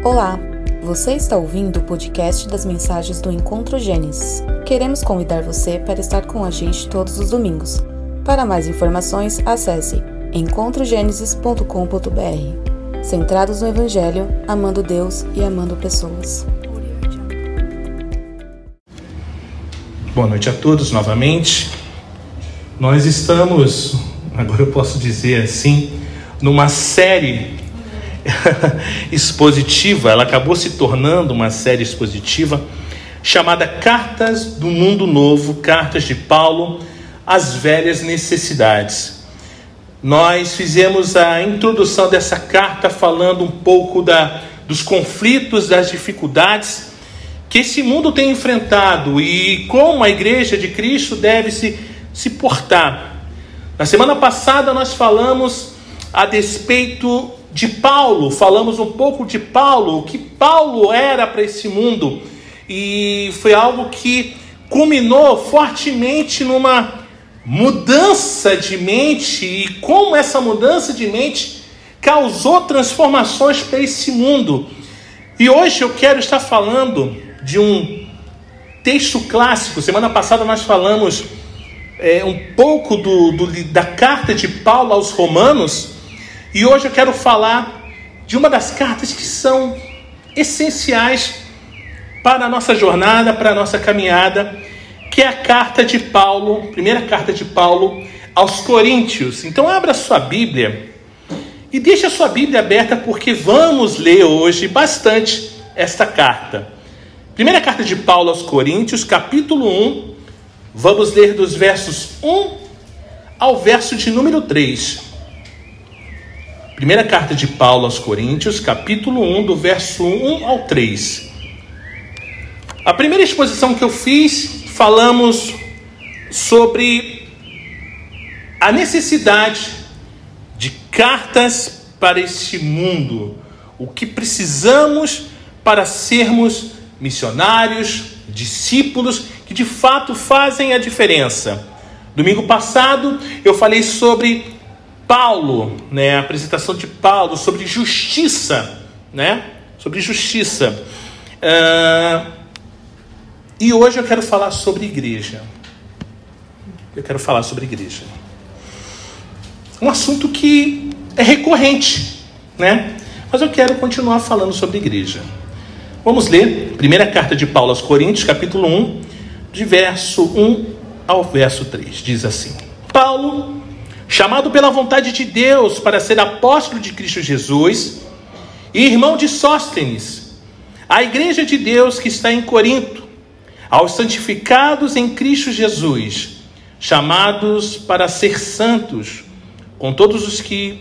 Olá, você está ouvindo o podcast das mensagens do Encontro Gênesis. Queremos convidar você para estar com a gente todos os domingos. Para mais informações, acesse encontrogenesis.com.br. Centrados no Evangelho, amando Deus e amando pessoas. Boa noite a todos novamente. Nós estamos, agora eu posso dizer assim, numa série expositiva. Ela acabou se tornando uma série expositiva chamada Cartas do Mundo Novo, Cartas de Paulo às Velhas Necessidades. Nós fizemos a introdução dessa carta falando um pouco dos conflitos, das dificuldades que esse mundo tem enfrentado e como a Igreja de Cristo deve se portar. Na semana passada nós falamos a despeito de Paulo, falamos um pouco de Paulo, o que Paulo era para esse mundo, e foi algo que culminou fortemente numa mudança de mente, e como essa mudança de mente causou transformações para esse mundo. E hoje eu quero estar falando de um texto clássico. Semana passada nós falamos um pouco da carta de Paulo aos Romanos, e hoje eu quero falar de uma das cartas que são essenciais para a nossa jornada, para a nossa caminhada, que é a carta de Paulo, primeira carta de Paulo aos Coríntios. Então abra sua Bíblia e deixe a sua Bíblia aberta, porque vamos ler hoje bastante esta carta. Primeira carta de Paulo aos Coríntios, capítulo 1, vamos ler dos versos 1 ao verso de número 3. Primeira carta de Paulo aos Coríntios, capítulo 1, do verso 1 ao 3. A primeira exposição que eu fiz, falamos sobre a necessidade de cartas para este mundo. O que precisamos para sermos missionários, discípulos, que de fato fazem a diferença. Domingo passado eu falei sobre Paulo, a apresentação de Paulo, sobre justiça, sobre justiça. E hoje eu quero falar sobre igreja. Um assunto que é recorrente, mas eu quero continuar falando sobre igreja. Vamos ler primeira carta de Paulo aos Coríntios, capítulo 1, de verso 1 ao verso 3. Diz assim: Paulo, chamado pela vontade de Deus para ser apóstolo de Cristo Jesus e irmão de Sóstenes, à igreja de Deus que está em Corinto, aos santificados em Cristo Jesus, chamados para ser santos, com todos os que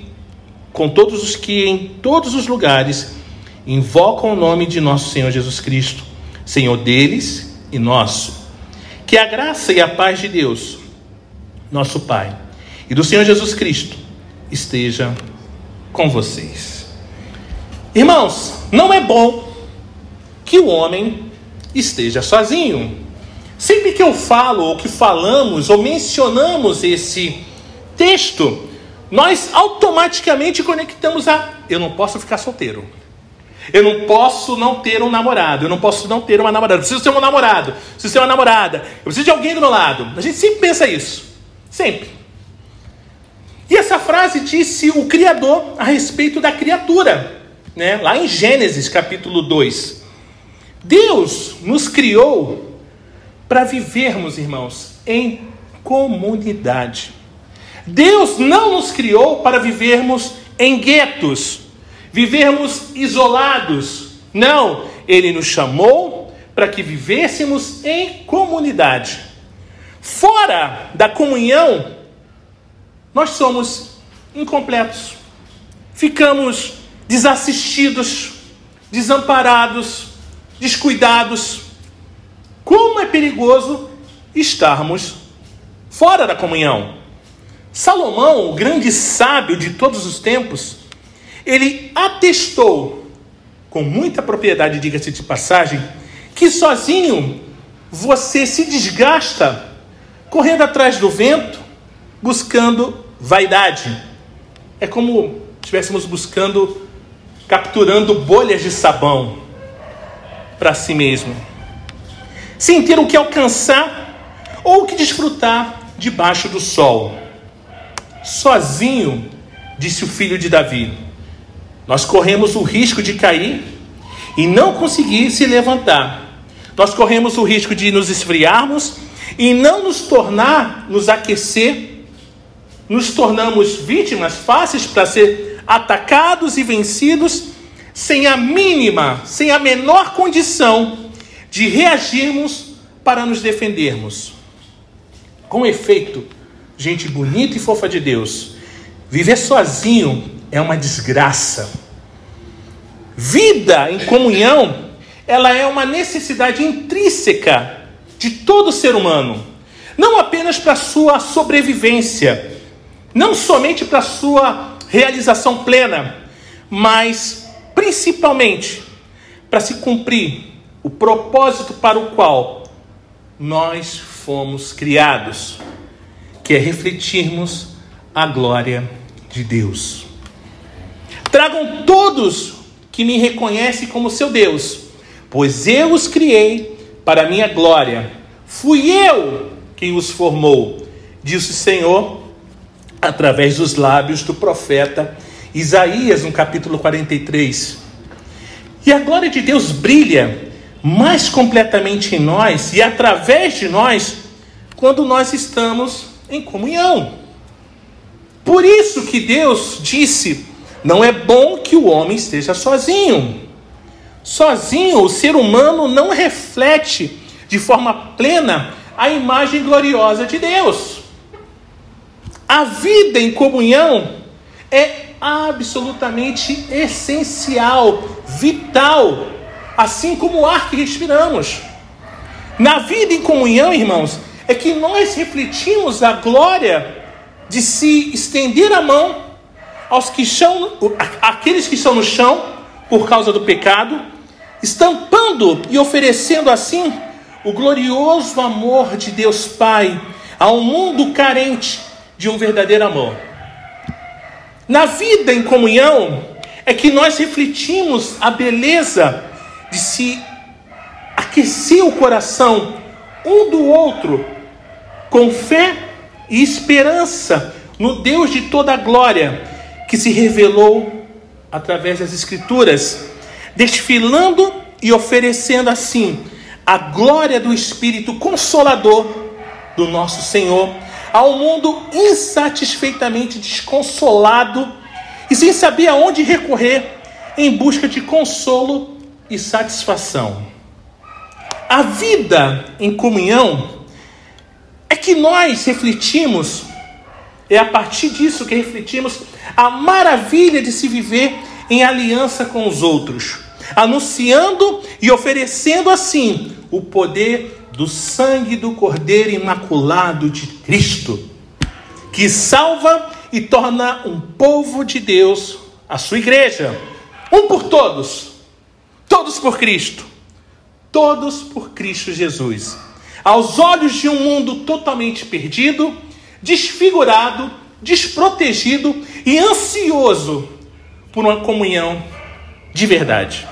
em todos os lugares invocam o nome de nosso Senhor Jesus Cristo, Senhor deles e nosso. Que a graça e a paz de Deus, nosso Pai, e do Senhor Jesus Cristo esteja com vocês. Irmãos, não é bom que o homem esteja sozinho. Sempre que eu falo, ou que falamos, ou mencionamos esse texto, nós automaticamente conectamos eu não posso ficar solteiro. Eu não posso não ter um namorado. Eu não posso não ter uma namorada. Eu preciso ter um namorado. Eu preciso ter uma namorada. Eu preciso de alguém do meu lado. A gente sempre pensa isso. Sempre. E essa frase disse o Criador a respeito da criatura, lá em Gênesis capítulo 2. Deus nos criou para vivermos, irmãos, em comunidade. Deus não nos criou para vivermos em guetos, vivermos isolados. Não, Ele nos chamou para que vivêssemos em comunidade. Fora da comunhão, nós somos incompletos. Ficamos desassistidos, desamparados, descuidados. Como é perigoso estarmos fora da comunhão. Salomão, o grande sábio de todos os tempos, ele atestou, com muita propriedade, diga-se de passagem, que sozinho você se desgasta correndo atrás do vento, buscando vaidade. É como estivéssemos buscando capturando bolhas de sabão para si mesmo, sem ter o que alcançar ou o que desfrutar debaixo do sol. Sozinho, disse o filho de Davi, nós corremos o risco de cair e não conseguir se levantar. Nós corremos o risco de nos esfriarmos e não nos aquecer. Nos tornamos vítimas fáceis para ser atacados e vencidos sem a menor condição de reagirmos para nos defendermos. Com efeito, gente bonita e fofa de Deus, viver sozinho é uma desgraça. Vida em comunhão, ela é uma necessidade intrínseca de todo ser humano, não apenas para a sua sobrevivência, não somente para a sua realização plena, mas principalmente para se cumprir o propósito para o qual nós fomos criados, que é refletirmos a glória de Deus. Tragam todos que me reconhecem como seu Deus, pois eu os criei para a minha glória. Fui eu quem os formou, disse o Senhor, através dos lábios do profeta Isaías, no capítulo 43. E a glória de Deus brilha mais completamente em nós e através de nós quando nós estamos em comunhão. Por isso que Deus disse: não é bom que o homem esteja sozinho. Sozinho, o ser humano não reflete de forma plena a imagem gloriosa de Deus. A vida em comunhão é absolutamente essencial, vital, assim como o ar que respiramos. Na vida em comunhão, irmãos, é que nós refletimos a glória de se estender a mão àqueles que estão no chão por causa do pecado, estampando e oferecendo assim o glorioso amor de Deus Pai a um mundo carente de um verdadeiro amor. Na vida em comunhão é que nós refletimos a beleza de se aquecer o coração um do outro com fé e esperança no Deus de toda a glória que se revelou através das Escrituras, desfilando e oferecendo assim a glória do Espírito Consolador do nosso Senhor ao mundo insatisfeitamente desconsolado e sem saber aonde recorrer em busca de consolo e satisfação. A vida em comunhão é que nós refletimos, é a partir disso que refletimos a maravilha de se viver em aliança com os outros, anunciando e oferecendo assim o poder do sangue do Cordeiro Imaculado de Cristo, que salva e torna um povo de Deus a sua igreja, um por todos, todos por Cristo, todos por Cristo Jesus, aos olhos de um mundo totalmente perdido, desfigurado, desprotegido e ansioso por uma comunhão de verdade.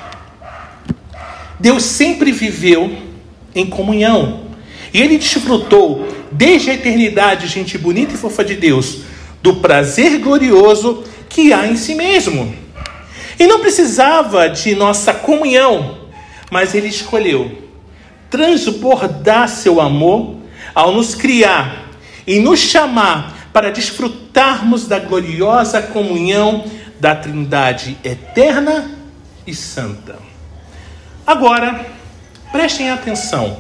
Deus sempre viveu em comunhão e Ele desfrutou desde a eternidade, gente bonita e fofa de Deus, do prazer glorioso que há em si mesmo. E não precisava de nossa comunhão, mas Ele escolheu transbordar seu amor ao nos criar e nos chamar para desfrutarmos da gloriosa comunhão da Trindade eterna e santa. Agora, prestem atenção.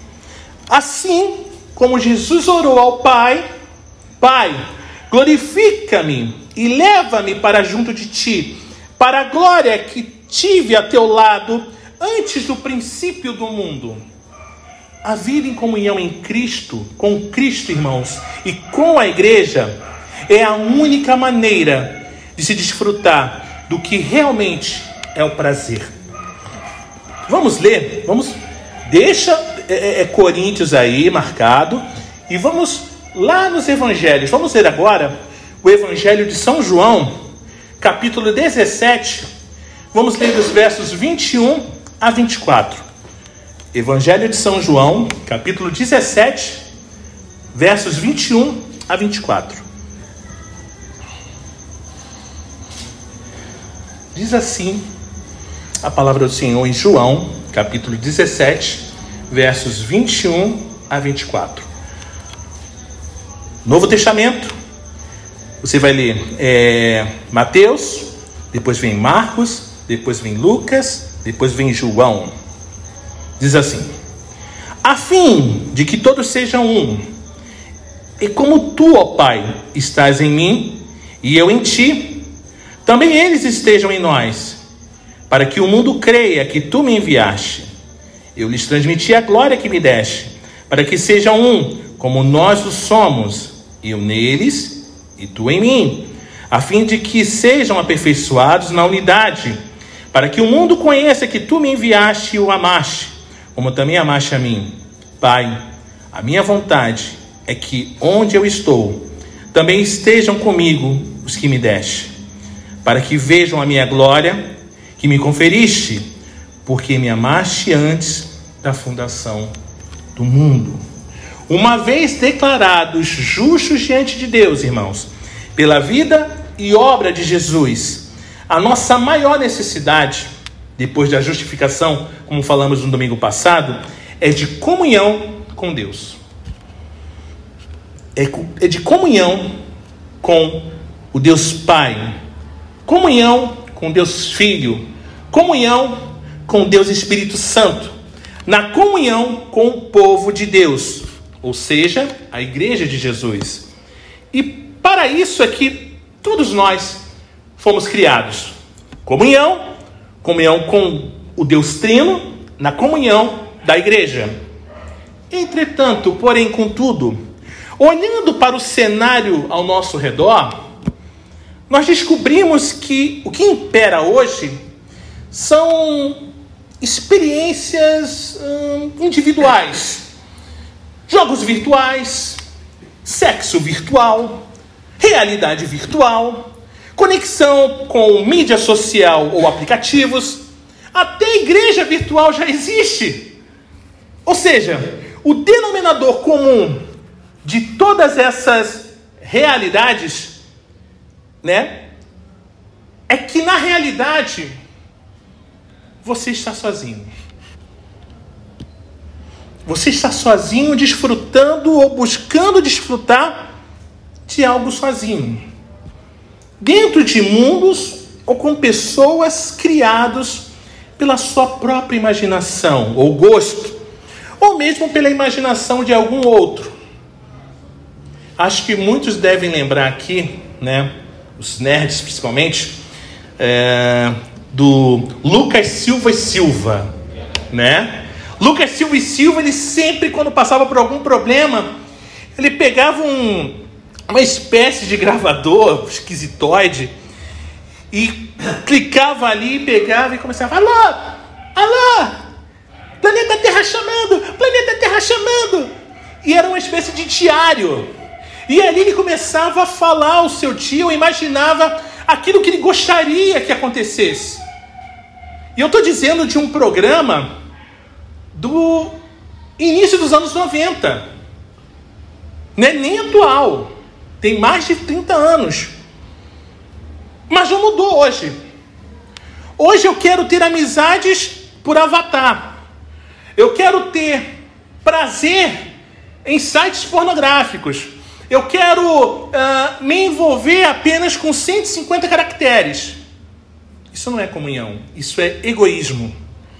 Assim como Jesus orou ao Pai: Pai, glorifica-me e leva-me para junto de Ti, para a glória que tive a Teu lado antes do princípio do mundo. A vida em comunhão em Cristo, com Cristo, irmãos, e com a igreja, é a única maneira de se desfrutar do que realmente é o prazer. Vamos ler, deixa Coríntios aí marcado e vamos lá nos evangelhos. Vamos ler agora o evangelho de São João, capítulo 17, Vamos ler dos versos 21 a 24. Evangelho de São João, capítulo 17, versos 21 a 24. Diz assim a palavra do Senhor em João, capítulo 17, versos 21 a 24. Novo Testamento, você vai ler Mateus, depois vem Marcos, depois vem Lucas, depois vem João. Diz assim: a fim de que todos sejam um, e como tu, ó Pai, estás em mim, e eu em ti, também eles estejam em nós, para que o mundo creia que tu me enviaste. Eu lhes transmiti a glória que me deste, para que sejam um, como nós o somos, eu neles e tu em mim, a fim de que sejam aperfeiçoados na unidade, para que o mundo conheça que tu me enviaste e o amaste, como também amaste a mim. Pai, a minha vontade é que onde eu estou, também estejam comigo os que me deste, para que vejam a minha glória que me conferiste, porque me amaste antes da fundação do mundo. Uma vez declarados justos diante de Deus, irmãos, pela vida e obra de Jesus, a nossa maior necessidade, depois da justificação, como falamos no domingo passado, é de comunhão com Deus. É de comunhão com o Deus Pai, comunhão com Deus Filho, comunhão com Deus Espírito Santo, na comunhão com o povo de Deus, ou seja, a igreja de Jesus. E para isso é que todos nós fomos criados. Comunhão com o Deus Trino, na comunhão da igreja. Entretanto, porém, contudo, olhando para o cenário ao nosso redor, nós descobrimos que o que impera hoje são experiências individuais, jogos virtuais, sexo virtual, realidade virtual, conexão com mídia social ou aplicativos. Até igreja virtual já existe. Ou seja, o denominador comum de todas essas realidades, é que na realidade você está sozinho. Você está sozinho, desfrutando ou buscando desfrutar de algo sozinho, dentro de mundos ou com pessoas criados pela sua própria imaginação ou gosto, ou mesmo pela imaginação de algum outro. Acho que muitos devem lembrar aqui, os nerds principalmente, do Lucas Silva e Silva, Lucas Silva e Silva, ele sempre, quando passava por algum problema, ele pegava uma espécie de gravador esquisitoide e clicava ali, pegava e começava: alô, planeta Terra chamando, e era uma espécie de diário, e ali ele começava a falar ao seu tio, ou imaginava aquilo que ele gostaria que acontecesse. E eu estou dizendo de um programa do início dos anos 90, não é nem atual, tem mais de 30 anos, mas já mudou hoje. Hoje eu quero ter amizades por avatar, eu quero ter prazer em sites pornográficos, eu quero me envolver apenas com 150 caracteres. Isso não é comunhão, isso é egoísmo.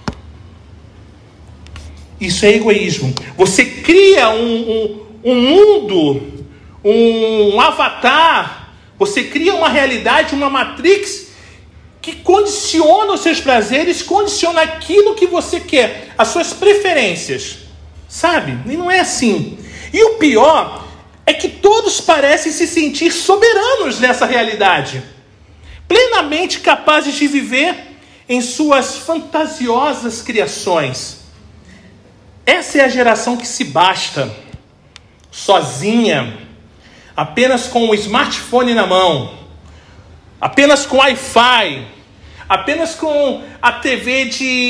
Isso é egoísmo. Você cria um mundo, um avatar, você cria uma realidade, uma matrix que condiciona os seus prazeres, condiciona aquilo que você quer, as suas preferências, sabe? E não é assim. E o pior é que todos parecem se sentir soberanos nessa realidade, plenamente capazes de viver em suas fantasiosas criações. Essa é a geração que se basta, sozinha, apenas com o smartphone na mão, apenas com Wi-Fi, apenas com a TV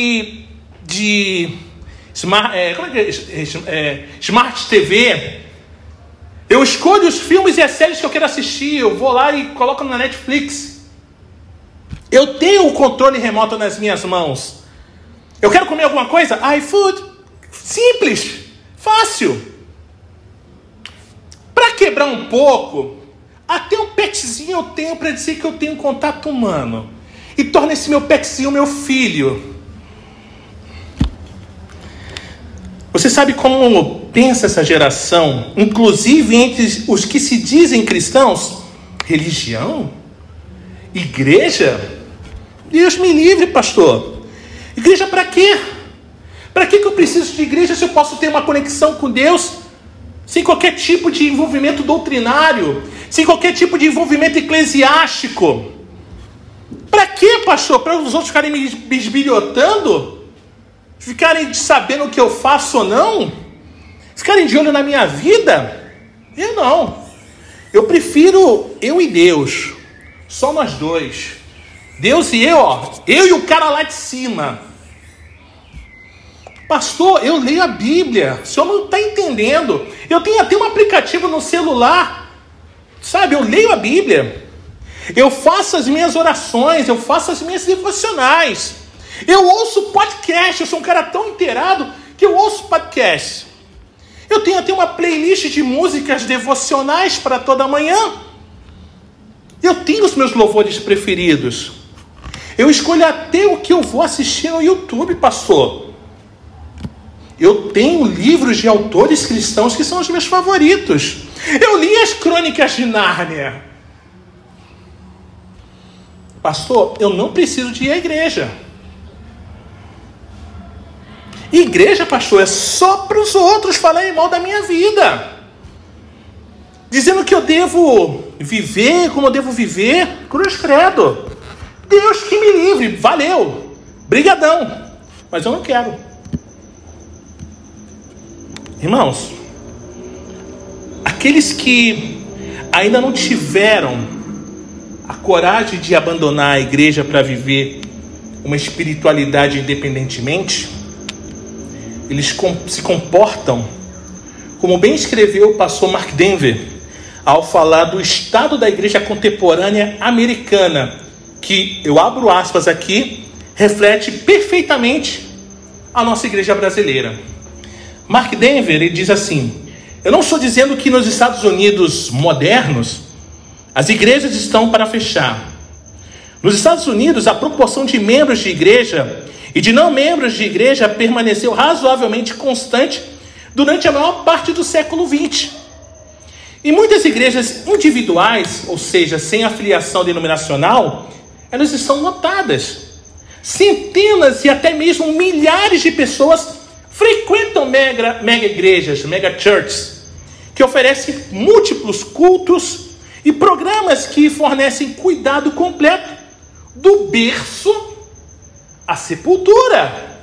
Smart TV. Eu escolho os filmes e as séries que eu quero assistir. Eu vou lá e coloco na Netflix. Eu tenho o controle remoto nas minhas mãos. Eu quero comer alguma coisa? iFood. Simples. Fácil. Para quebrar um pouco, até um petzinho eu tenho para dizer que eu tenho contato humano. E torna esse meu petzinho meu filho. Você sabe como pensa essa geração, inclusive entre os que se dizem cristãos? Religião? Igreja? Deus me livre, pastor. Igreja para quê? Para que eu preciso de igreja se eu posso ter uma conexão com Deus sem qualquer tipo de envolvimento doutrinário, sem qualquer tipo de envolvimento eclesiástico? Para quê, pastor? Para os outros ficarem me bisbilhotando? Ficarem sabendo o que eu faço ou não? Ficarem de olho na minha vida? Eu não. Eu prefiro eu e Deus. Só nós dois. Deus e eu, eu e o cara lá de cima. Pastor, eu leio a Bíblia. O senhor não está entendendo. Eu tenho até um aplicativo no celular. Sabe, eu leio a Bíblia. Eu faço as minhas orações. Eu faço as minhas devocionais. Eu ouço podcast. Eu sou um cara tão inteirado que eu ouço podcast. Eu tenho até uma playlist de músicas devocionais para toda manhã. Eu tenho os meus louvores preferidos. Eu escolho até o que eu vou assistir no YouTube, pastor. Eu tenho livros de autores cristãos que são os meus favoritos. Eu li as Crônicas de Nárnia. Pastor, eu não preciso de ir à igreja. Igreja, pastor, é só para os outros falarem mal da minha vida. Dizendo que eu devo viver como eu devo viver. Cruz credo. Deus que me livre. Valeu. Brigadão. Mas eu não quero. Irmãos, aqueles que ainda não tiveram a coragem de abandonar a igreja para viver uma espiritualidade independentemente, eles se comportam, como bem escreveu o pastor Mark Dever, ao falar do estado da igreja contemporânea americana, que, eu abro aspas aqui, reflete perfeitamente a nossa igreja brasileira. Mark Dever, ele diz assim: eu não estou dizendo que nos Estados Unidos modernos as igrejas estão para fechar. Nos Estados Unidos, a proporção de membros de igreja e de não membros de igreja permaneceu razoavelmente constante durante a maior parte do século XX. E muitas igrejas individuais, ou seja, sem afiliação denominacional, elas estão lotadas. Centenas e até mesmo milhares de pessoas frequentam mega igrejas, mega churches, que oferecem múltiplos cultos e programas que fornecem cuidado completo do berço à sepultura.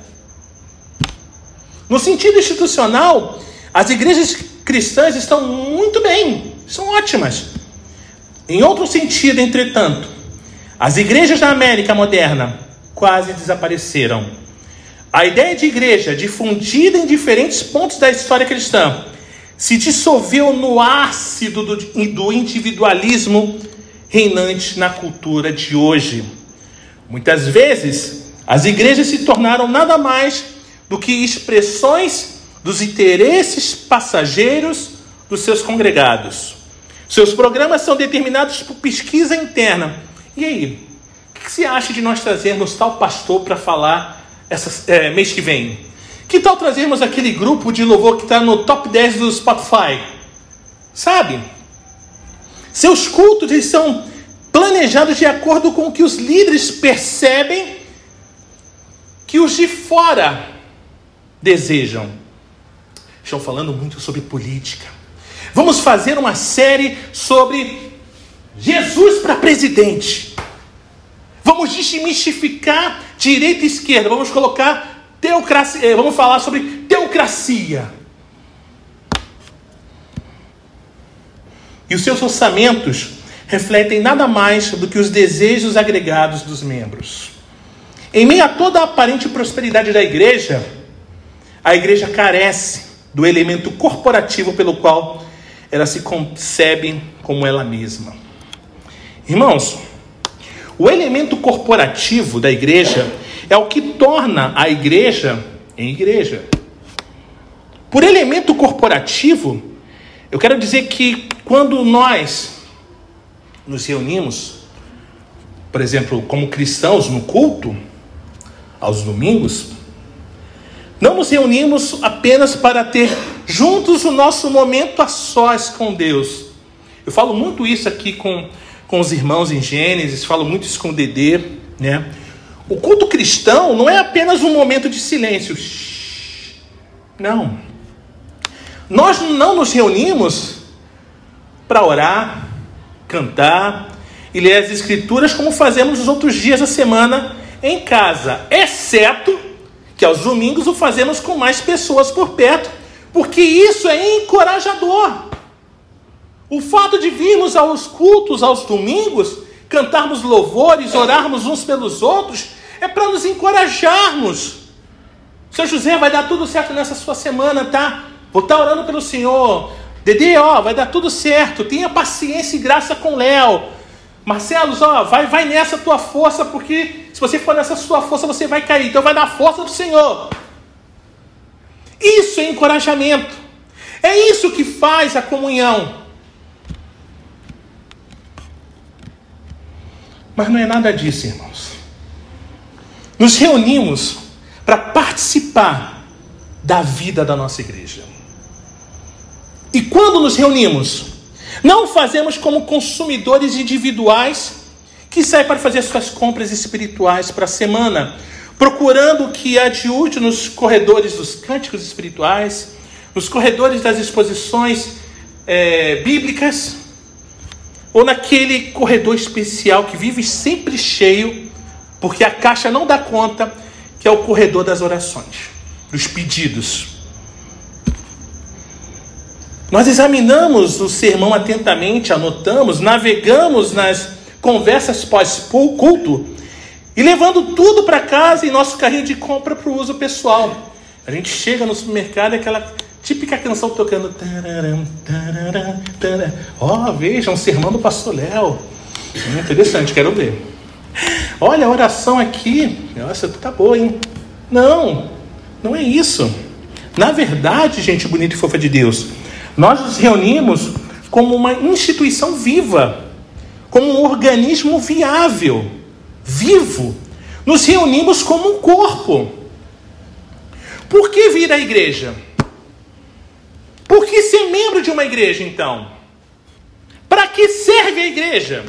No sentido institucional, as igrejas cristãs estão muito bem, são ótimas. Em outro sentido, entretanto, as igrejas da América moderna quase desapareceram. A ideia de igreja, difundida em diferentes pontos da história cristã, se dissolveu no ácido do individualismo reinante na cultura de hoje. Muitas vezes, as igrejas se tornaram nada mais do que expressões dos interesses passageiros dos seus congregados. Seus programas são determinados por pesquisa interna. E aí, o que você acha de nós trazermos tal pastor para falar mês que vem? Que tal trazermos aquele grupo de louvor que está no top 10 do Spotify? Sabe? Seus cultos eles são planejados de acordo com o que os líderes percebem que os de fora desejam. Estão falando muito sobre política. Vamos fazer uma série sobre Jesus para presidente. Vamos desmistificar direita e esquerda. Vamos colocar teocracia. Vamos falar sobre teocracia. E os seus orçamentos refletem nada mais do que os desejos agregados dos membros. Em meio a toda a aparente prosperidade da igreja, a igreja carece do elemento corporativo pelo qual ela se concebe como ela mesma. Irmãos, o elemento corporativo da igreja é o que torna a igreja em igreja. Por elemento corporativo, eu quero dizer que quando nós nos reunimos, por exemplo, como cristãos no culto, aos domingos, não nos reunimos apenas para ter juntos o nosso momento a sós com Deus. Eu falo muito isso aqui com os irmãos em Gênesis, falo muito isso com o Dedê, né? O culto cristão não é apenas um momento de silêncio. Não. Nós não nos reunimos para orar, cantar e ler as escrituras como fazemos nos outros dias da semana em casa, exceto que aos domingos o fazemos com mais pessoas por perto, porque isso é encorajador. O fato de virmos aos cultos aos domingos, cantarmos louvores, orarmos uns pelos outros, é para nos encorajarmos. Seu José, vai dar tudo certo nessa sua semana, tá? Vou estar orando pelo Senhor. Dedê, vai dar tudo certo. Tenha paciência e graça com Léo. Marcelo, vai nessa tua força, porque se você for nessa sua força, você vai cair. Então vai dar a força do Senhor. Isso é encorajamento. É isso que faz a comunhão. Mas não é nada disso, irmãos. Nos reunimos para participar da vida da nossa igreja. E quando nos reunimos, não fazemos como consumidores individuais que saem para fazer suas compras espirituais para a semana, procurando o que há de útil nos corredores dos cânticos espirituais, nos corredores das exposições bíblicas, ou naquele corredor especial que vive sempre cheio, porque a caixa não dá conta, que é o corredor das orações, dos pedidos. Nós examinamos o sermão atentamente, anotamos, navegamos nas conversas pós-culto e levando tudo para casa em nosso carrinho de compra para o uso pessoal. A gente chega no supermercado e aquela típica canção tocando. Veja, um sermão do pastor Léo. Interessante, quero ver. Olha a oração aqui. Nossa, tá boa, hein? Não é isso. Na verdade, gente bonita e fofa de Deus, nós nos reunimos como uma instituição viva, como um organismo viável, vivo. Nos reunimos como um corpo. Por que vir à igreja? Por que ser membro de uma igreja, então? Para que serve a igreja?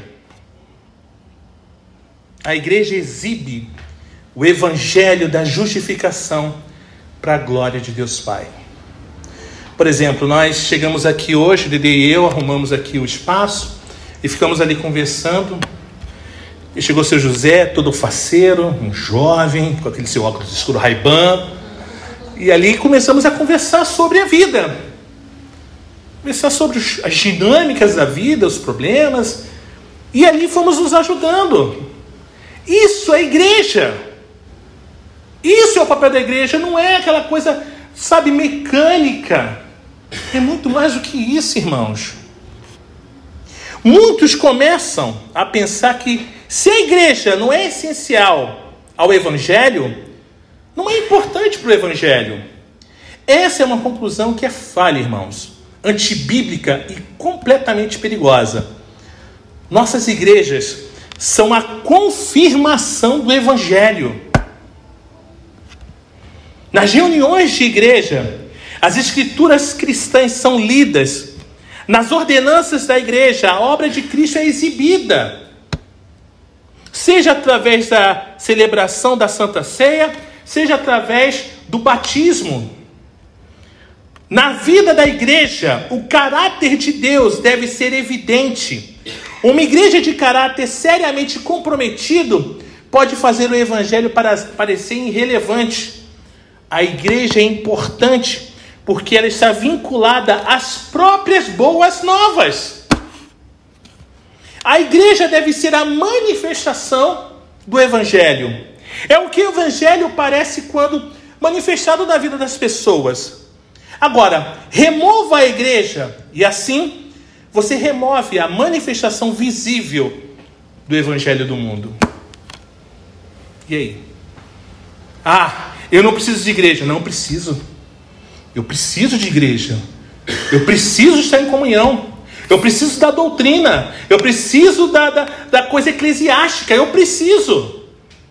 A igreja exibe o evangelho da justificação para a glória de Deus Pai. Por exemplo, nós chegamos aqui hoje, Dedê e eu, arrumamos aqui o espaço e ficamos ali conversando. E chegou o seu José, todo faceiro, um jovem, com aquele seu óculos escuro Ray-Ban. E ali começamos a conversar sobre a vida. Conversar sobre as dinâmicas da vida, os problemas. E ali fomos nos ajudando. Isso é igreja. Isso é o papel da igreja. Não é aquela coisa, mecânica. É muito mais do que isso, irmãos. Muitos começam a pensar que se a igreja não é essencial ao evangelho, não é importante para o evangelho. Essa é uma conclusão que é falha, irmãos. Antibíblica e completamente perigosa. Nossas igrejas são a confirmação do evangelho. Nas reuniões de igreja, as escrituras cristãs são lidas. Nas ordenanças da igreja, a obra de Cristo é exibida. Seja através da celebração da Santa Ceia, seja através do batismo. Na vida da igreja, o caráter de Deus deve ser evidente. Uma igreja de caráter seriamente comprometido pode fazer o evangelho parecer irrelevante. A igreja é importante porque ela está vinculada às próprias boas novas. A igreja deve ser a manifestação do evangelho. É o que o evangelho parece quando manifestado na vida das pessoas. Agora, remova a igreja e assim você remove a manifestação visível do evangelho do mundo. E aí? Eu não preciso de igreja. Não preciso. Eu preciso de igreja. Eu preciso estar em comunhão. Eu preciso da doutrina. Eu preciso da coisa eclesiástica. Eu preciso.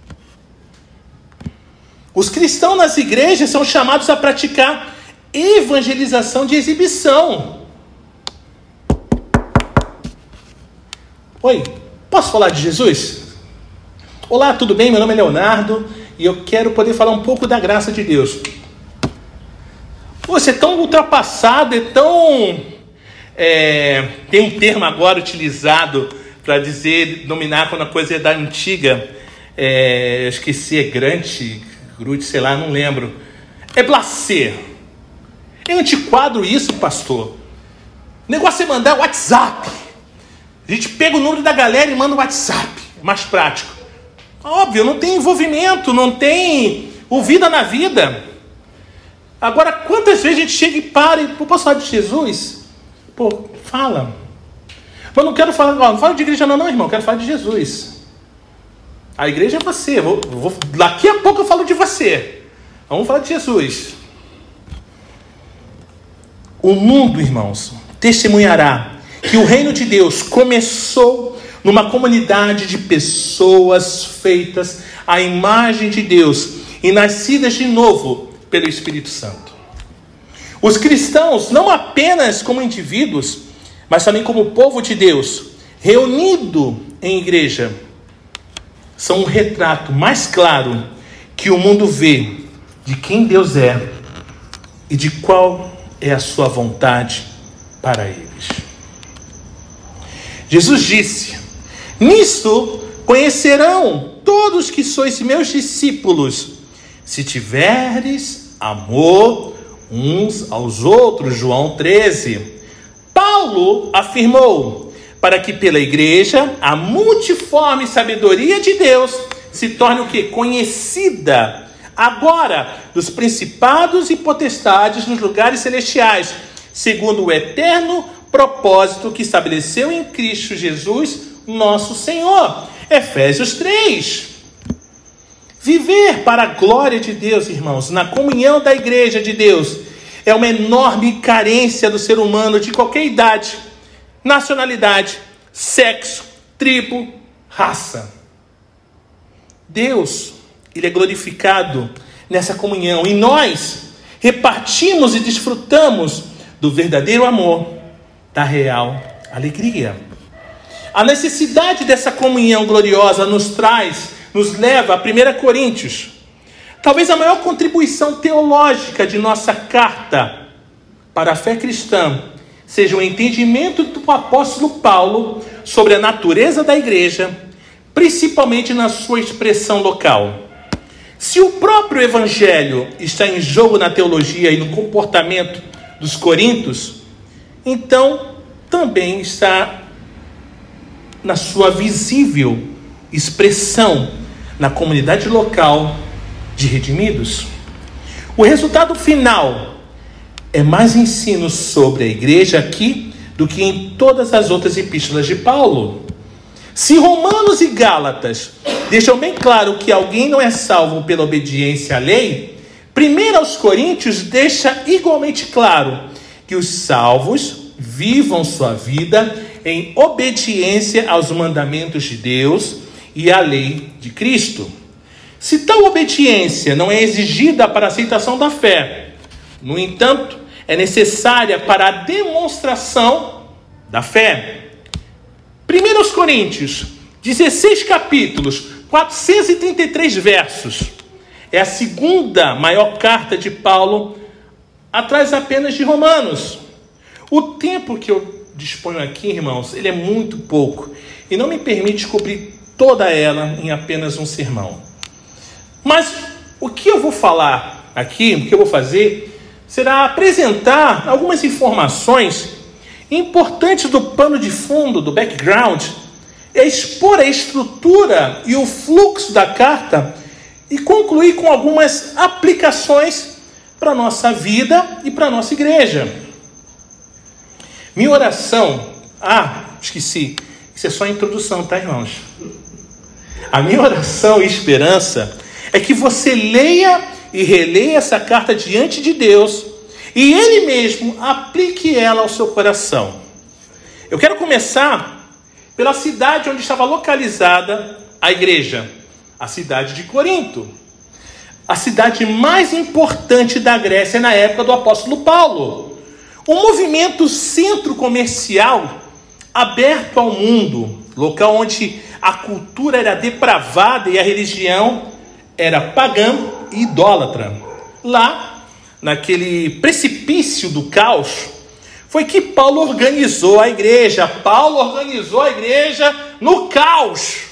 Os cristãos nas igrejas são chamados a praticar evangelização de exibição. Oi, posso falar de Jesus? Olá, tudo bem? Meu nome é Leonardo e eu quero poder falar um pouco da graça de Deus. Você é tão ultrapassado, é tão... tem um termo agora utilizado para nominar quando a coisa é da antiga. Esqueci, é grande, grude, sei lá, não lembro. É blasé. É antiquado isso, pastor. O negócio é mandar WhatsApp. A gente pega o número da galera e manda o WhatsApp. É mais prático. Óbvio, não tem envolvimento, não tem vida na vida. Agora, quantas vezes a gente chega e para e... posso falar de Jesus? Fala. Mas não quero falar... não falo de igreja não, irmão. Quero falar de Jesus. A igreja é você. Daqui a pouco eu falo de você. Vamos falar de Jesus. O mundo, irmãos, testemunhará que o reino de Deus começou numa comunidade de pessoas feitas à imagem de Deus e nascidas de novo pelo Espírito Santo. Os cristãos, não apenas como indivíduos, mas também como povo de Deus, reunido em igreja, são um retrato mais claro que o mundo vê de quem Deus é e de qual é a sua vontade para eles. Jesus disse: nisto conhecerão todos que sois meus discípulos, se tiveres amor uns aos outros. João 13. Paulo afirmou: para que pela igreja a multiforme sabedoria de Deus se torne o quê? Conhecida agora dos principados e potestades nos lugares celestiais, segundo o eterno propósito que estabeleceu em Cristo Jesus, nosso Senhor. Efésios 3. Viver para a glória de Deus, irmãos, na comunhão da igreja de Deus, é uma enorme carência do ser humano de qualquer idade, nacionalidade, sexo, tribo, raça. Deus, Ele é glorificado nessa comunhão e nós repartimos e desfrutamos do verdadeiro amor, da real alegria. A necessidade dessa comunhão gloriosa nos leva a 1 Coríntios. Talvez a maior contribuição teológica de nossa carta para a fé cristã seja o entendimento do apóstolo Paulo sobre a natureza da igreja, principalmente na sua expressão local. Se o próprio evangelho está em jogo na teologia e no comportamento dos coríntios, então também está na sua visível expressão na comunidade local de redimidos. O resultado final é mais ensino sobre a igreja aqui do que em todas as outras epístolas de Paulo. Se Romanos e Gálatas deixam bem claro que alguém não é salvo pela obediência à lei, 1 aos Coríntios deixa igualmente claro que os salvos vivam sua vida em obediência aos mandamentos de Deus e à lei de Cristo. Se tal obediência não é exigida para a aceitação da fé, no entanto, é necessária para a demonstração da fé. 1 aos Coríntios, 16 capítulos, 433 versos. É a segunda maior carta de Paulo, atrás apenas de Romanos. O tempo que eu disponho aqui, irmãos, ele é muito pouco e não me permite cobrir toda ela em apenas um sermão. Mas o que eu vou falar aqui, o que eu vou fazer, será apresentar algumas informações importantes do pano de fundo, do background, expor a estrutura e o fluxo da carta e concluir com algumas aplicações para a nossa vida e para a nossa igreja. Minha oração... esqueci. Isso é só a introdução, tá, irmãos? A minha oração e esperança é que você leia e releia essa carta diante de Deus e Ele mesmo aplique ela ao seu coração. Eu quero começar pela cidade onde estava localizada a igreja, a cidade de Corinto. A cidade mais importante da Grécia na época do apóstolo Paulo. Um movimento centro comercial aberto ao mundo, local onde a cultura era depravada e a religião era pagã e idólatra. Lá, naquele precipício do caos, foi que Paulo organizou a igreja. Paulo organizou a igreja no caos.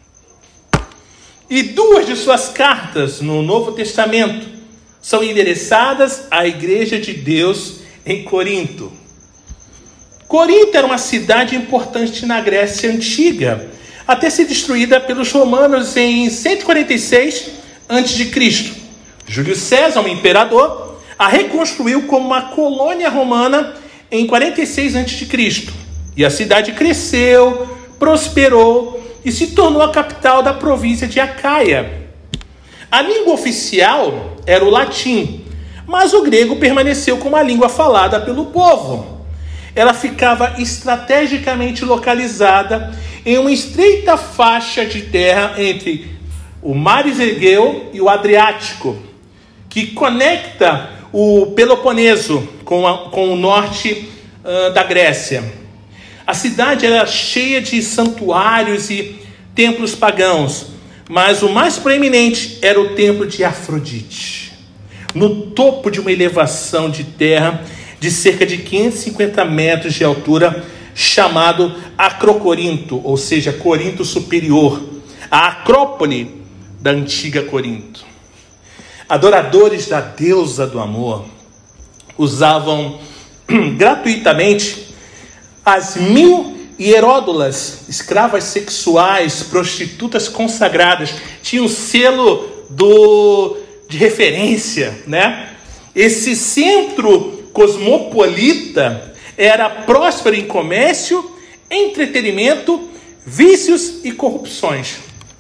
E 2 de suas cartas no Novo Testamento são endereçadas à igreja de Deus em Corinto. Corinto era uma cidade importante na Grécia Antiga, até ser destruída pelos romanos em 146 a.C. Júlio César, um imperador, a reconstruiu como uma colônia romana em 46 a.C. E a cidade cresceu, prosperou e se tornou a capital da província de Acaia. A língua oficial era o latim, mas o grego permaneceu como a língua falada pelo povo. Ela ficava estrategicamente localizada em uma estreita faixa de terra entre o Mar Egeu e o Adriático, que conecta o Peloponeso com o norte da Grécia. A cidade era cheia de santuários e templos pagãos, mas o mais proeminente era o templo de Afrodite, no topo de uma elevação de terra de cerca de 550 metros de altura, chamado Acrocorinto, ou seja, Corinto Superior, a Acrópole da antiga Corinto. Adoradores da deusa do amor usavam gratuitamente as 1000 hieródolas, escravas sexuais, prostitutas consagradas. Tinha um selo de referência, né? Esse centro cosmopolita era próspero em comércio, entretenimento, vícios e corrupções.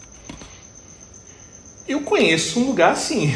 Eu conheço um lugar assim.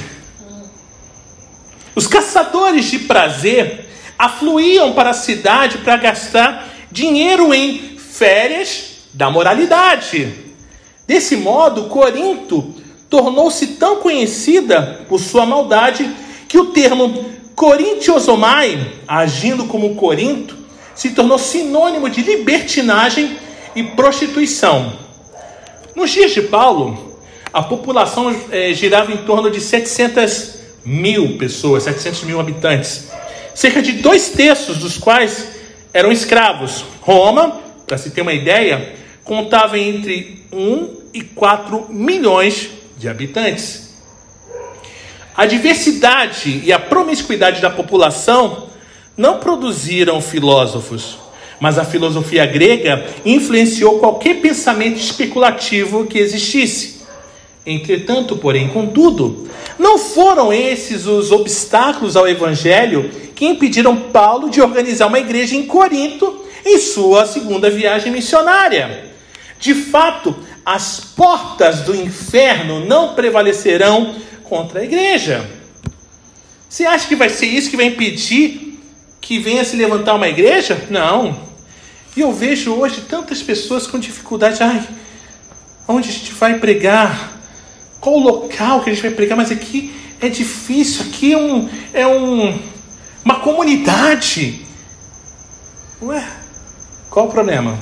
Os caçadores de prazer afluíam para a cidade para gastar dinheiro em férias da moralidade. Desse modo, Corinto tornou-se tão conhecida por sua maldade que o termo Corintiosomai, agindo como Corinto, se tornou sinônimo de libertinagem e prostituição. Nos dias de Paulo, a população girava em torno de 700 mil pessoas, 700 mil habitantes. Cerca de 2/3 dos quais eram escravos. Roma, para se ter uma ideia, contava entre 1 e 4 milhões de habitantes. A diversidade e a promiscuidade da população não produziram filósofos, mas a filosofia grega influenciou qualquer pensamento especulativo que existisse. Entretanto, porém, contudo, não foram esses os obstáculos ao evangelho que impediram Paulo de organizar uma igreja em Corinto em sua segunda viagem missionária. De fato, as portas do inferno não prevalecerão contra a igreja. Você acha que vai ser isso que vai impedir que venha se levantar uma igreja? Não. E eu vejo hoje tantas pessoas com dificuldade. Onde a gente vai pregar? Qual o local que a gente vai pregar? Mas aqui é difícil, aqui é uma comunidade. Ué, qual o problema?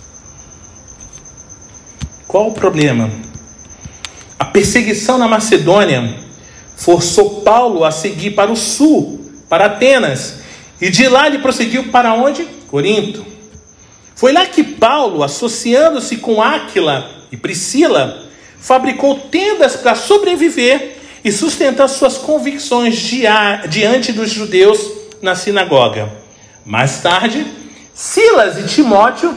Qual o problema? A perseguição na Macedônia forçou Paulo a seguir para o sul, para Atenas, e de lá ele prosseguiu para onde? Corinto. Foi lá que Paulo, associando-se com Áquila e Priscila, fabricou tendas para sobreviver e sustentar suas convicções diante dos judeus na sinagoga. Mais tarde, Silas e Timóteo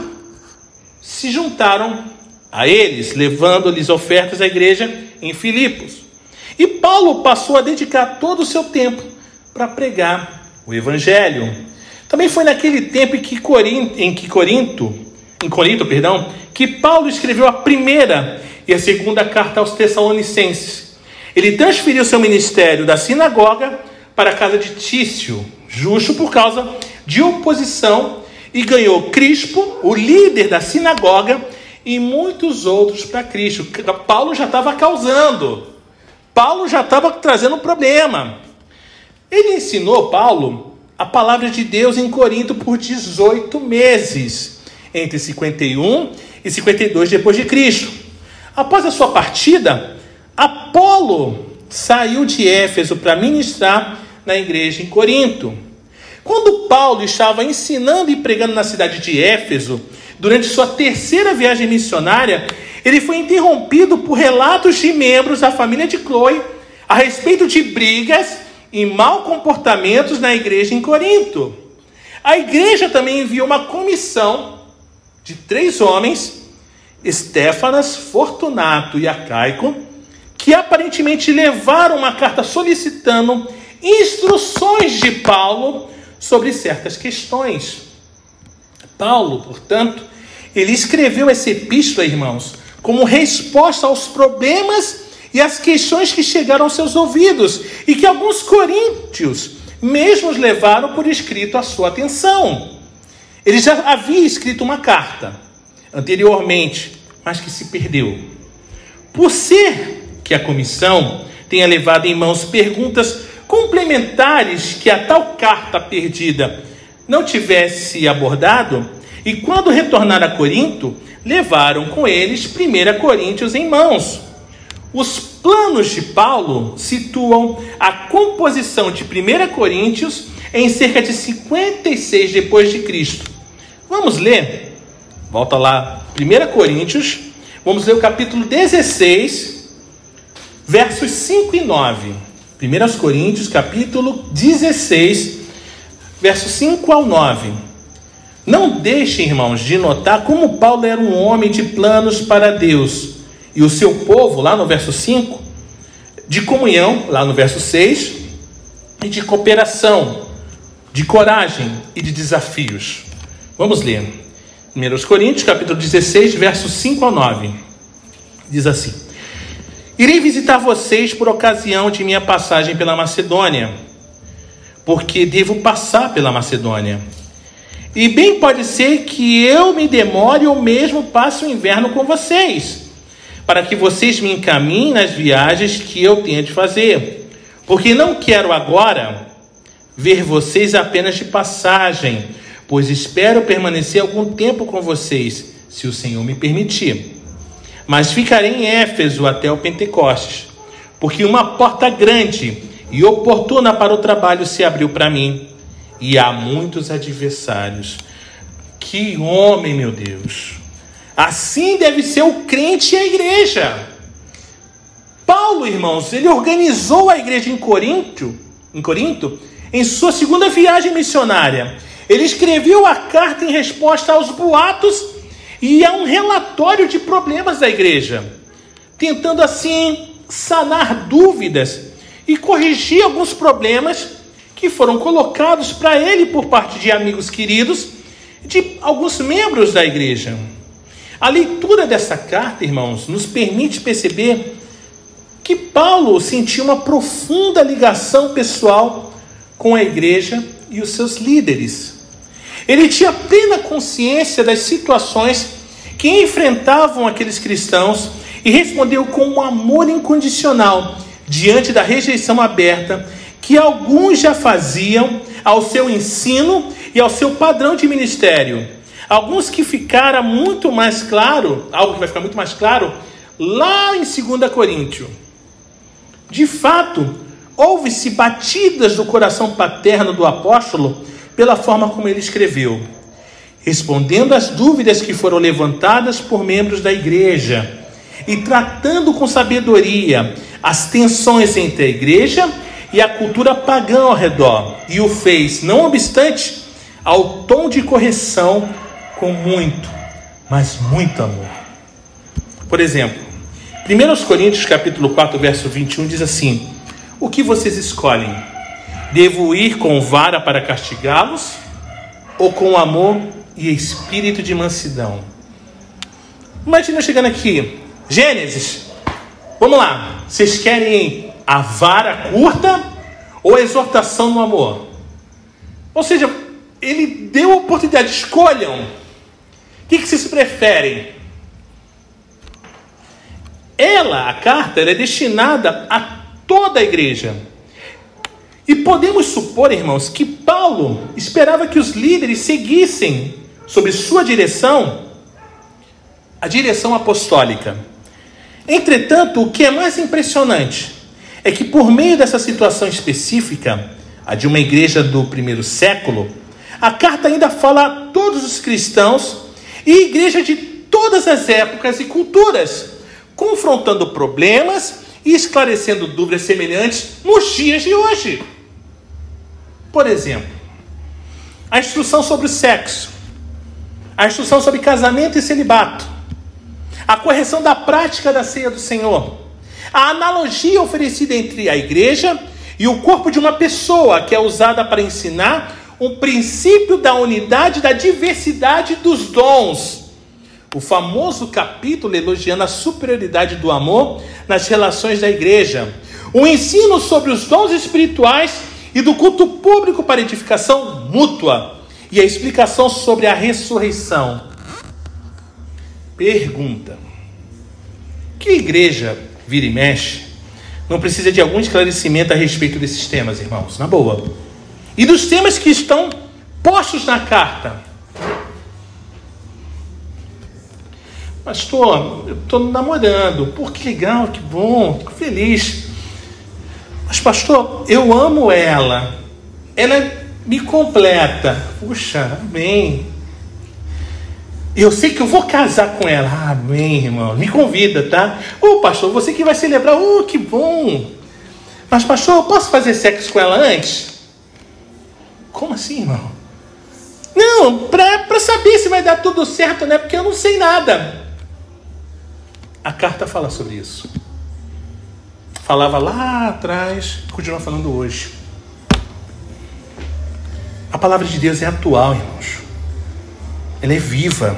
se juntaram a eles, levando-lhes ofertas à igreja em Filipos. E Paulo passou a dedicar todo o seu tempo para pregar o evangelho. Também foi naquele tempo que Paulo escreveu a primeira e a segunda carta aos Tessalonicenses. Ele transferiu seu ministério da sinagoga para a casa de Tício, Justo, por causa de oposição, e ganhou Crispo, o líder da sinagoga, e muitos outros para Cristo. Paulo já estava causando. Paulo já estava trazendo problema. Ele ensinou, Paulo, a palavra de Deus em Corinto por 18 meses, entre 51 e 52 depois de Cristo. Após a sua partida, Apolo saiu de Éfeso para ministrar na igreja em Corinto. Quando Paulo estava ensinando e pregando na cidade de Éfeso, durante sua terceira viagem missionária, ele foi interrompido por relatos de membros da família de Cloe a respeito de brigas e maus comportamentos na igreja em Corinto. A igreja também enviou uma comissão de 3 homens, Estéfanas, Fortunato e Acaico, que aparentemente levaram uma carta solicitando instruções de Paulo sobre certas questões. Paulo, portanto, ele escreveu essa epístola, irmãos, como resposta aos problemas e às questões que chegaram aos seus ouvidos e que alguns coríntios mesmos levaram por escrito a sua atenção. Ele já havia escrito uma carta anteriormente, mas que se perdeu. Por ser que a comissão tenha levado em mãos perguntas complementares que a tal carta perdida não tivesse abordado, e quando retornaram a Corinto, levaram com eles 1 Coríntios em mãos. Os planos de Paulo situam a composição de 1 Coríntios em cerca de 56 depois de Cristo. Vamos ler? Volta lá, 1 Coríntios, vamos ler o capítulo 16, versos 5 e 9. 1 Coríntios, capítulo 16, versos 5 ao 9. Não deixem, irmãos, de notar como Paulo era um homem de planos para Deus e o seu povo, lá no verso 5, de comunhão, lá no verso 6, e de cooperação, de coragem e de desafios. Vamos ler. 1 Coríntios, capítulo 16, versos 5 ao 9. Diz assim: irei visitar vocês por ocasião de minha passagem pela Macedônia, porque devo passar pela Macedônia. E bem pode ser que eu me demore ou mesmo passe o inverno com vocês, para que vocês me encaminhem nas viagens que eu tenho de fazer. Porque não quero agora ver vocês apenas de passagem, pois espero permanecer algum tempo com vocês, se o Senhor me permitir. Mas ficarei em Éfeso até o Pentecostes, porque uma porta grande e oportuna para o trabalho se abriu para mim, e há muitos adversários. Que homem, meu Deus! Assim deve ser o crente e a igreja. Paulo, irmãos, ele organizou a igreja em Corinto, em sua segunda viagem missionária. Ele escreveu a carta em resposta aos boatos e a um relatório de problemas da igreja, tentando assim sanar dúvidas e corrigir alguns problemas que foram colocados para ele por parte de amigos queridos, de alguns membros da igreja. A leitura dessa carta, irmãos, nos permite perceber que Paulo sentiu uma profunda ligação pessoal com a igreja e os seus líderes. Ele tinha plena consciência das situações que enfrentavam aqueles cristãos e respondeu com um amor incondicional diante da rejeição aberta que alguns já faziam ao seu ensino e ao seu padrão de ministério. Alguns que ficaram muito mais claro, algo que vai ficar muito mais claro, lá em 2 Coríntios. De fato, houve-se batidas do coração paterno do apóstolo pela forma como ele escreveu, respondendo às dúvidas que foram levantadas por membros da igreja e tratando com sabedoria as tensões entre a igreja e a cultura pagã ao redor, e o fez, não obstante, ao tom de correção com muito, mas muito amor. Por exemplo, 1 Coríntios capítulo 4, verso 21 diz assim: o que vocês escolhem? Devo ir com vara para castigá-los ou com amor e espírito de mansidão? Imagina eu chegando aqui, Gênesis, vamos lá, vocês querem a vara curta ou a exortação no amor? Ou seja, ele deu a oportunidade, escolham. O que vocês preferem? A carta, ela é destinada a toda a igreja. E podemos supor, irmãos, que Paulo esperava que os líderes seguissem sob sua direção, a direção apostólica. Entretanto, o que é mais impressionante é que por meio dessa situação específica, a de uma igreja do primeiro século, a carta ainda fala a todos os cristãos e igreja de todas as épocas e culturas, confrontando problemas e esclarecendo dúvidas semelhantes nos dias de hoje. Por exemplo, a instrução sobre o sexo, a instrução sobre casamento e celibato, a correção da prática da ceia do Senhor, a analogia oferecida entre a igreja e o corpo de uma pessoa, que é usada para ensinar um princípio da unidade, da diversidade dos dons. O famoso capítulo elogiando a superioridade do amor nas relações da igreja. O ensino sobre os dons espirituais e do culto público para edificação mútua. E a explicação sobre a ressurreição. Pergunta: que igreja vira e mexe não precisa de algum esclarecimento a respeito desses temas, irmãos? Na boa. E dos temas que estão postos na carta. Pastor, eu estou namorando. Pô, que legal, que bom, fico feliz. Mas pastor, eu amo ela. Ela me completa. Puxa, amém. Eu sei que eu vou casar com ela. Amém, irmão. Me convida, tá? Pastor, você que vai celebrar. Que bom. Mas pastor, eu posso fazer sexo com ela antes? Como assim, irmão? Não, para saber se vai dar tudo certo, né? Porque eu não sei nada. A carta fala sobre isso. Falava lá atrás, continua falando hoje. A palavra de Deus é atual, irmãos. Ela é viva.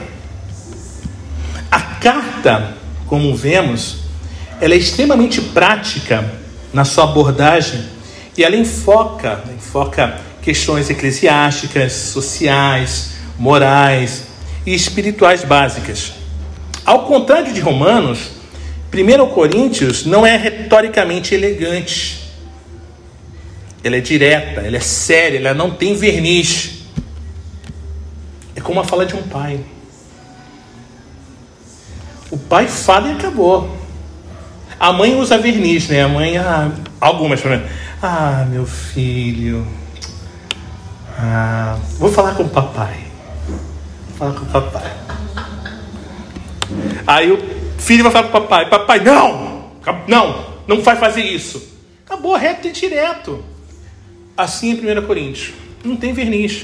A carta, como vemos, ela é extremamente prática na sua abordagem e ela enfoca questões eclesiásticas, sociais, morais e espirituais básicas. Ao contrário de Romanos, 1 Coríntios não é retoricamente elegante. Ela é direta, ela é séria, ela não tem verniz. É como a fala de um pai. O pai fala e acabou. A mãe usa verniz, né? A mãe, algumas, meu filho. Vou falar com o papai. Aí o filho vai falar com o papai. Papai, não vai fazer isso. Acabou, reto e direto. Assim em 1 Coríntios. Não tem verniz.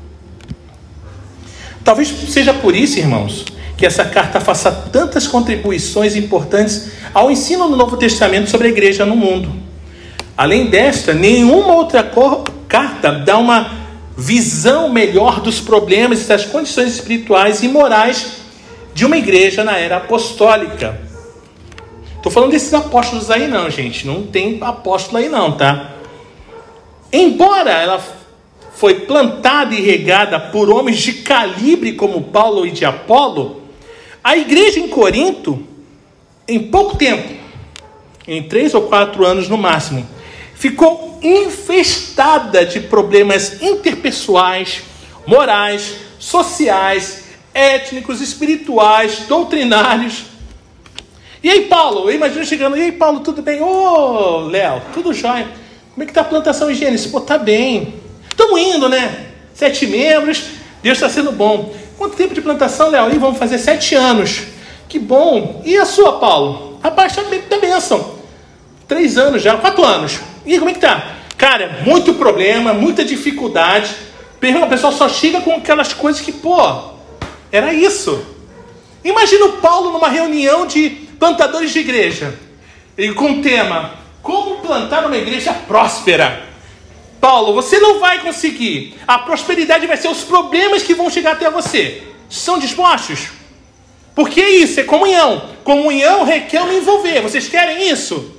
Talvez seja por isso, irmãos, que essa carta faça tantas contribuições importantes ao ensino do Novo Testamento sobre a igreja no mundo. Além desta, nenhuma outra carta dá uma visão melhor dos problemas e das condições espirituais e morais de uma igreja na era apostólica. Estou falando desses apóstolos aí não, gente. Não tem apóstolo aí não, tá? Embora ela foi plantada e regada por homens de calibre como Paulo e de Apolo, a igreja em Corinto, em pouco tempo, em 3 ou 4 anos no máximo, ficou infestada de problemas interpessoais, morais, sociais, étnicos, espirituais, doutrinários. E aí, Paulo, eu imagino chegando, e aí, Paulo, tudo bem? Léo, tudo jóia? Como é que está a plantação em Gênesis? Tá bem. Estamos indo, né? 7 membros, Deus está sendo bom. Quanto tempo de plantação, Léo? Vamos fazer 7 anos. Que bom. E a sua, Paulo? Rapaz, está bênção. 3 anos já, 4 anos. E como é que tá? Cara, muito problema, muita dificuldade. O pessoal só chega com aquelas coisas que, era isso. Imagina o Paulo numa reunião de plantadores de igreja. E com o tema, como plantar uma igreja próspera. Paulo, você não vai conseguir. A prosperidade vai ser os problemas que vão chegar até você. São dispostos? Porque é isso, é comunhão. Comunhão requer me envolver. Vocês querem isso?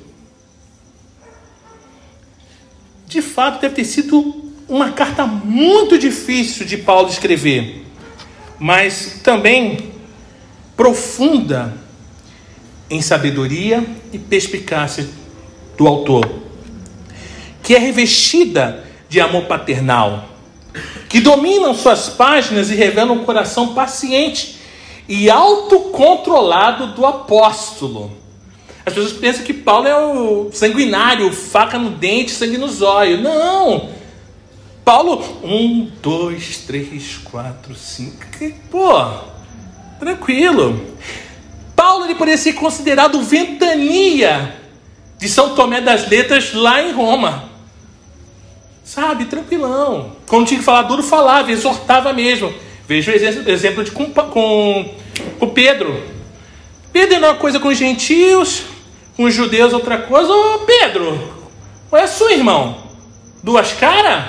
De fato, deve ter sido uma carta muito difícil de Paulo escrever, mas também profunda em sabedoria e perspicácia do autor, que é revestida de amor paternal, que dominam suas páginas e revelam um coração paciente e autocontrolado do apóstolo. As pessoas pensam que Paulo é o sanguinário, faca no dente, sangue no zóio. Não! Paulo, 1, 2, 3, 4, 5... Pô, tranquilo. Paulo, ele poderia ser considerado ventania de São Tomé das Letras lá em Roma. Sabe, tranquilão. Quando tinha que falar duro, falava, exortava mesmo. Veja o exemplo com Pedro. Pedro era uma coisa com os gentios, com os judeus outra coisa. Ô Pedro, qual é a sua, irmão? Duas caras?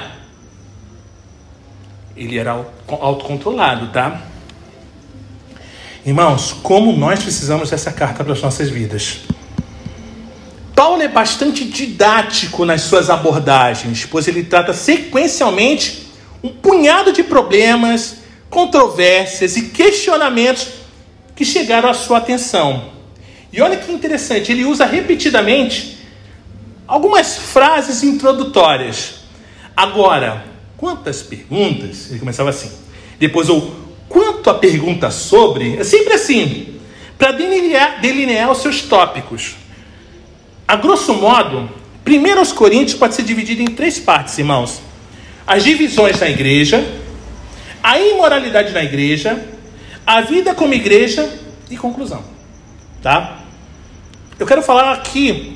Ele era autocontrolado, tá? Irmãos, como nós precisamos dessa carta para as nossas vidas. Paulo é bastante didático nas suas abordagens, pois ele trata sequencialmente um punhado de problemas, controvérsias e questionamentos que chegaram à sua atenção. E olha que interessante, ele usa repetidamente algumas frases introdutórias. Agora, quantas perguntas? Ele começava assim. Depois, quanto a pergunta sobre? É sempre assim, para delinear os seus tópicos. A grosso modo, 1 Coríntios pode ser dividido em 3 partes, irmãos. As divisões na igreja, a imoralidade na igreja, a vida como igreja e conclusão. Tá? Eu quero falar aqui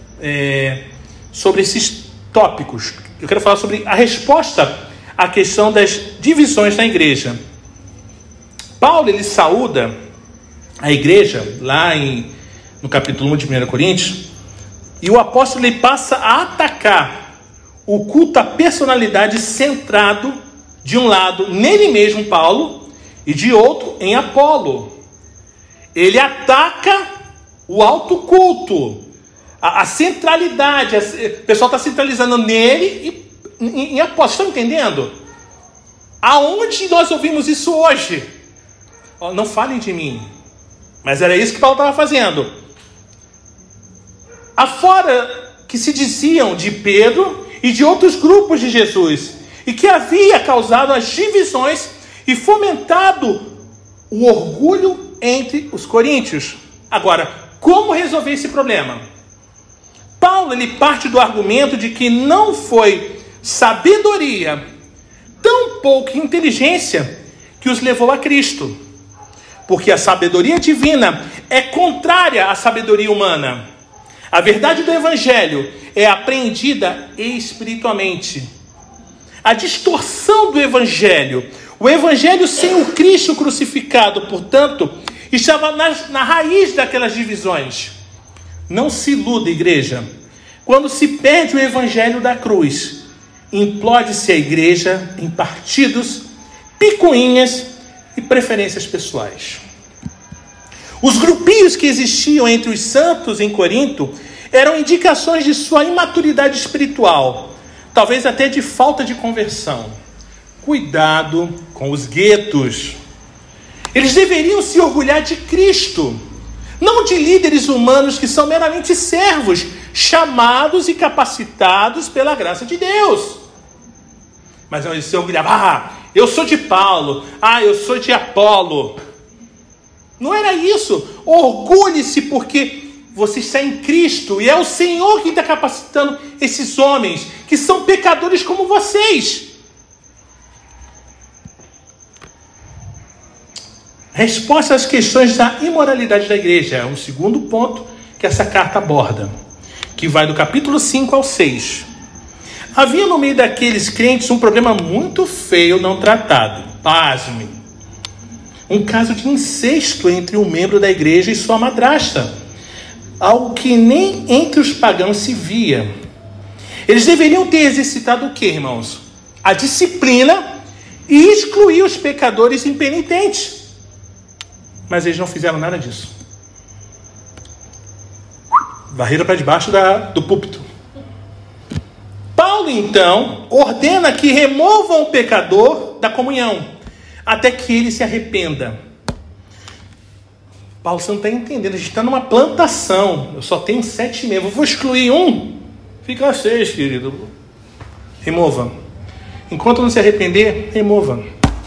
sobre esses tópicos. Eu quero falar sobre a resposta à questão das divisões na igreja. Paulo, ele saúda a igreja lá no capítulo 1 de 1 Coríntios, e o apóstolo ele passa a atacar o culto à personalidade centrado, de um lado, nele mesmo, Paulo, e de outro, em Apolo. Ele ataca o autoculto, a centralidade. O pessoal está centralizando nele e em Apolo. Estão entendendo? Aonde nós ouvimos isso hoje? Não falem de mim. Mas era isso que Paulo estava fazendo. Afora que se diziam de Pedro e de outros grupos de Jesus, e que havia causado as divisões e fomentado o orgulho entre os coríntios. Agora, como resolver esse problema? Paulo, ele parte do argumento de que não foi sabedoria, tampouco inteligência, que os levou a Cristo. Porque a sabedoria divina é contrária à sabedoria humana. A verdade do Evangelho é apreendida espiritualmente. A distorção do Evangelho, o Evangelho sem o Cristo crucificado, portanto, estava na raiz daquelas divisões. Não se iluda, igreja. Quando se perde o Evangelho da cruz, implode-se a igreja em partidos, picuinhas e preferências pessoais. Os grupinhos que existiam entre os santos em Corinto eram indicações de sua imaturidade espiritual, talvez até de falta de conversão. Cuidado com os guetos. Eles deveriam se orgulhar de Cristo, não de líderes humanos que são meramente servos, chamados e capacitados pela graça de Deus. Mas eles se orgulhavam. Eu sou de Paulo. Eu sou de Apolo. Não era isso. Orgulhe-se porque você está em Cristo e é o Senhor que está capacitando esses homens que são pecadores como vocês. Resposta às questões da imoralidade da igreja é um segundo ponto que essa carta aborda, que vai do capítulo 5 ao 6. Havia no meio daqueles crentes um problema muito feio não tratado. Pasme. Um caso de incesto entre um membro da igreja e sua madrasta. algo que nem entre os pagãos se via. Eles deveriam ter exercitado o quê, irmãos? A disciplina e excluir os pecadores impenitentes. Mas eles não fizeram nada disso. Varreram para debaixo do púlpito. Paulo, então, ordena que removam o pecador da comunhão, até que ele se arrependa. Paulo, você não está entendendo, a gente está numa plantação, eu só tenho 7 membros, eu vou excluir um, fica 6, querido. Remova. Enquanto não se arrepender, remova.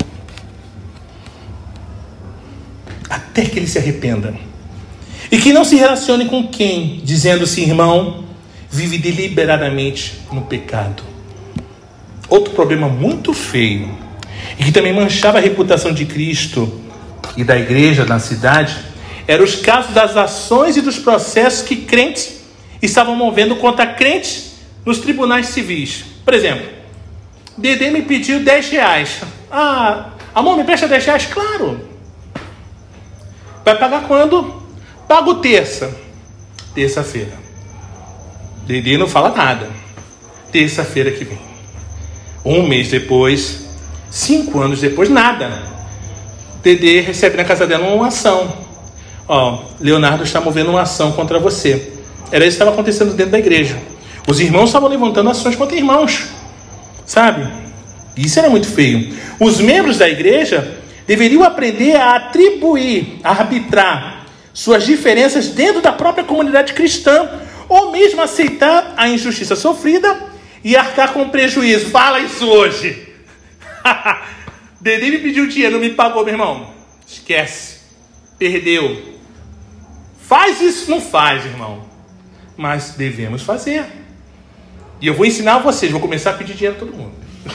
Até que ele se arrependa. E que não se relacione com quem, dizendo-se irmão, vive deliberadamente no pecado. Outro problema muito feio, e que também manchava a reputação de Cristo e da igreja na cidade, eram os casos das ações e dos processos que crentes estavam movendo contra crentes nos tribunais civis. Por exemplo, Dedê me pediu R$10. Amor, me presta R$10? Claro. Vai pagar quando? Pago terça-feira. Dedê não fala nada. Terça-feira que vem. 1 mês depois, 5 anos depois, nada. Dedê recebe na casa dela uma ação. Leonardo está movendo uma ação contra você. Era isso que estava acontecendo dentro da igreja. Os irmãos estavam levantando ações contra irmãos. Sabe? Isso era muito feio. Os membros da igreja deveriam aprender a atribuir, a arbitrar suas diferenças dentro da própria comunidade cristã, ou mesmo aceitar a injustiça sofrida e arcar com o prejuízo. Fala isso hoje. Dedê me pediu dinheiro, não me pagou, meu irmão. Esquece. Perdeu. Faz isso, não faz, irmão. Mas devemos fazer. E eu vou ensinar vocês, vou começar a pedir dinheiro a todo mundo.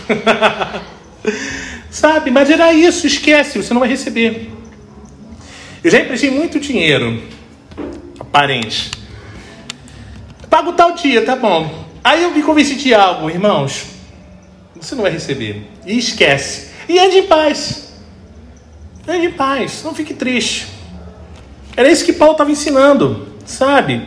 Sabe, mas era isso, esquece, você não vai receber. Eu já emprestei muito dinheiro a parentes. Pago tal dia, tá bom. Aí eu me convenci de algo, irmãos, você não vai receber. E esquece. E ande em paz. Ande em paz, não fique triste. Era isso que Paulo estava ensinando, sabe?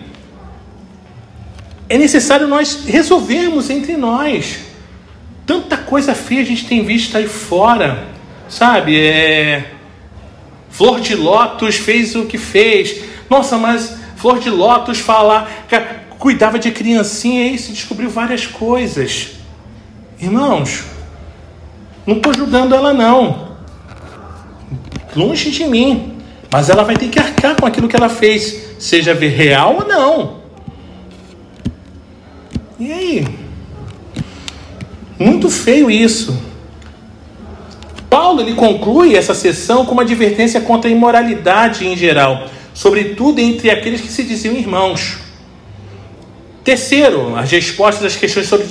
É necessário nós resolvermos entre nós. Tanta coisa feia a gente tem visto aí fora, sabe? Flor de Lótus fez o que fez. Nossa, mas Flor de Lótus cuidava de criancinha e se descobriu várias coisas. Irmãos, não estou julgando ela não. Longe de mim. Mas ela vai ter que arcar com aquilo que ela fez, seja real ou não. E aí? Muito feio isso. Paulo ele conclui essa sessão com uma advertência contra a imoralidade em geral, sobretudo entre aqueles que se diziam irmãos. Terceiro, as respostas às questões sobre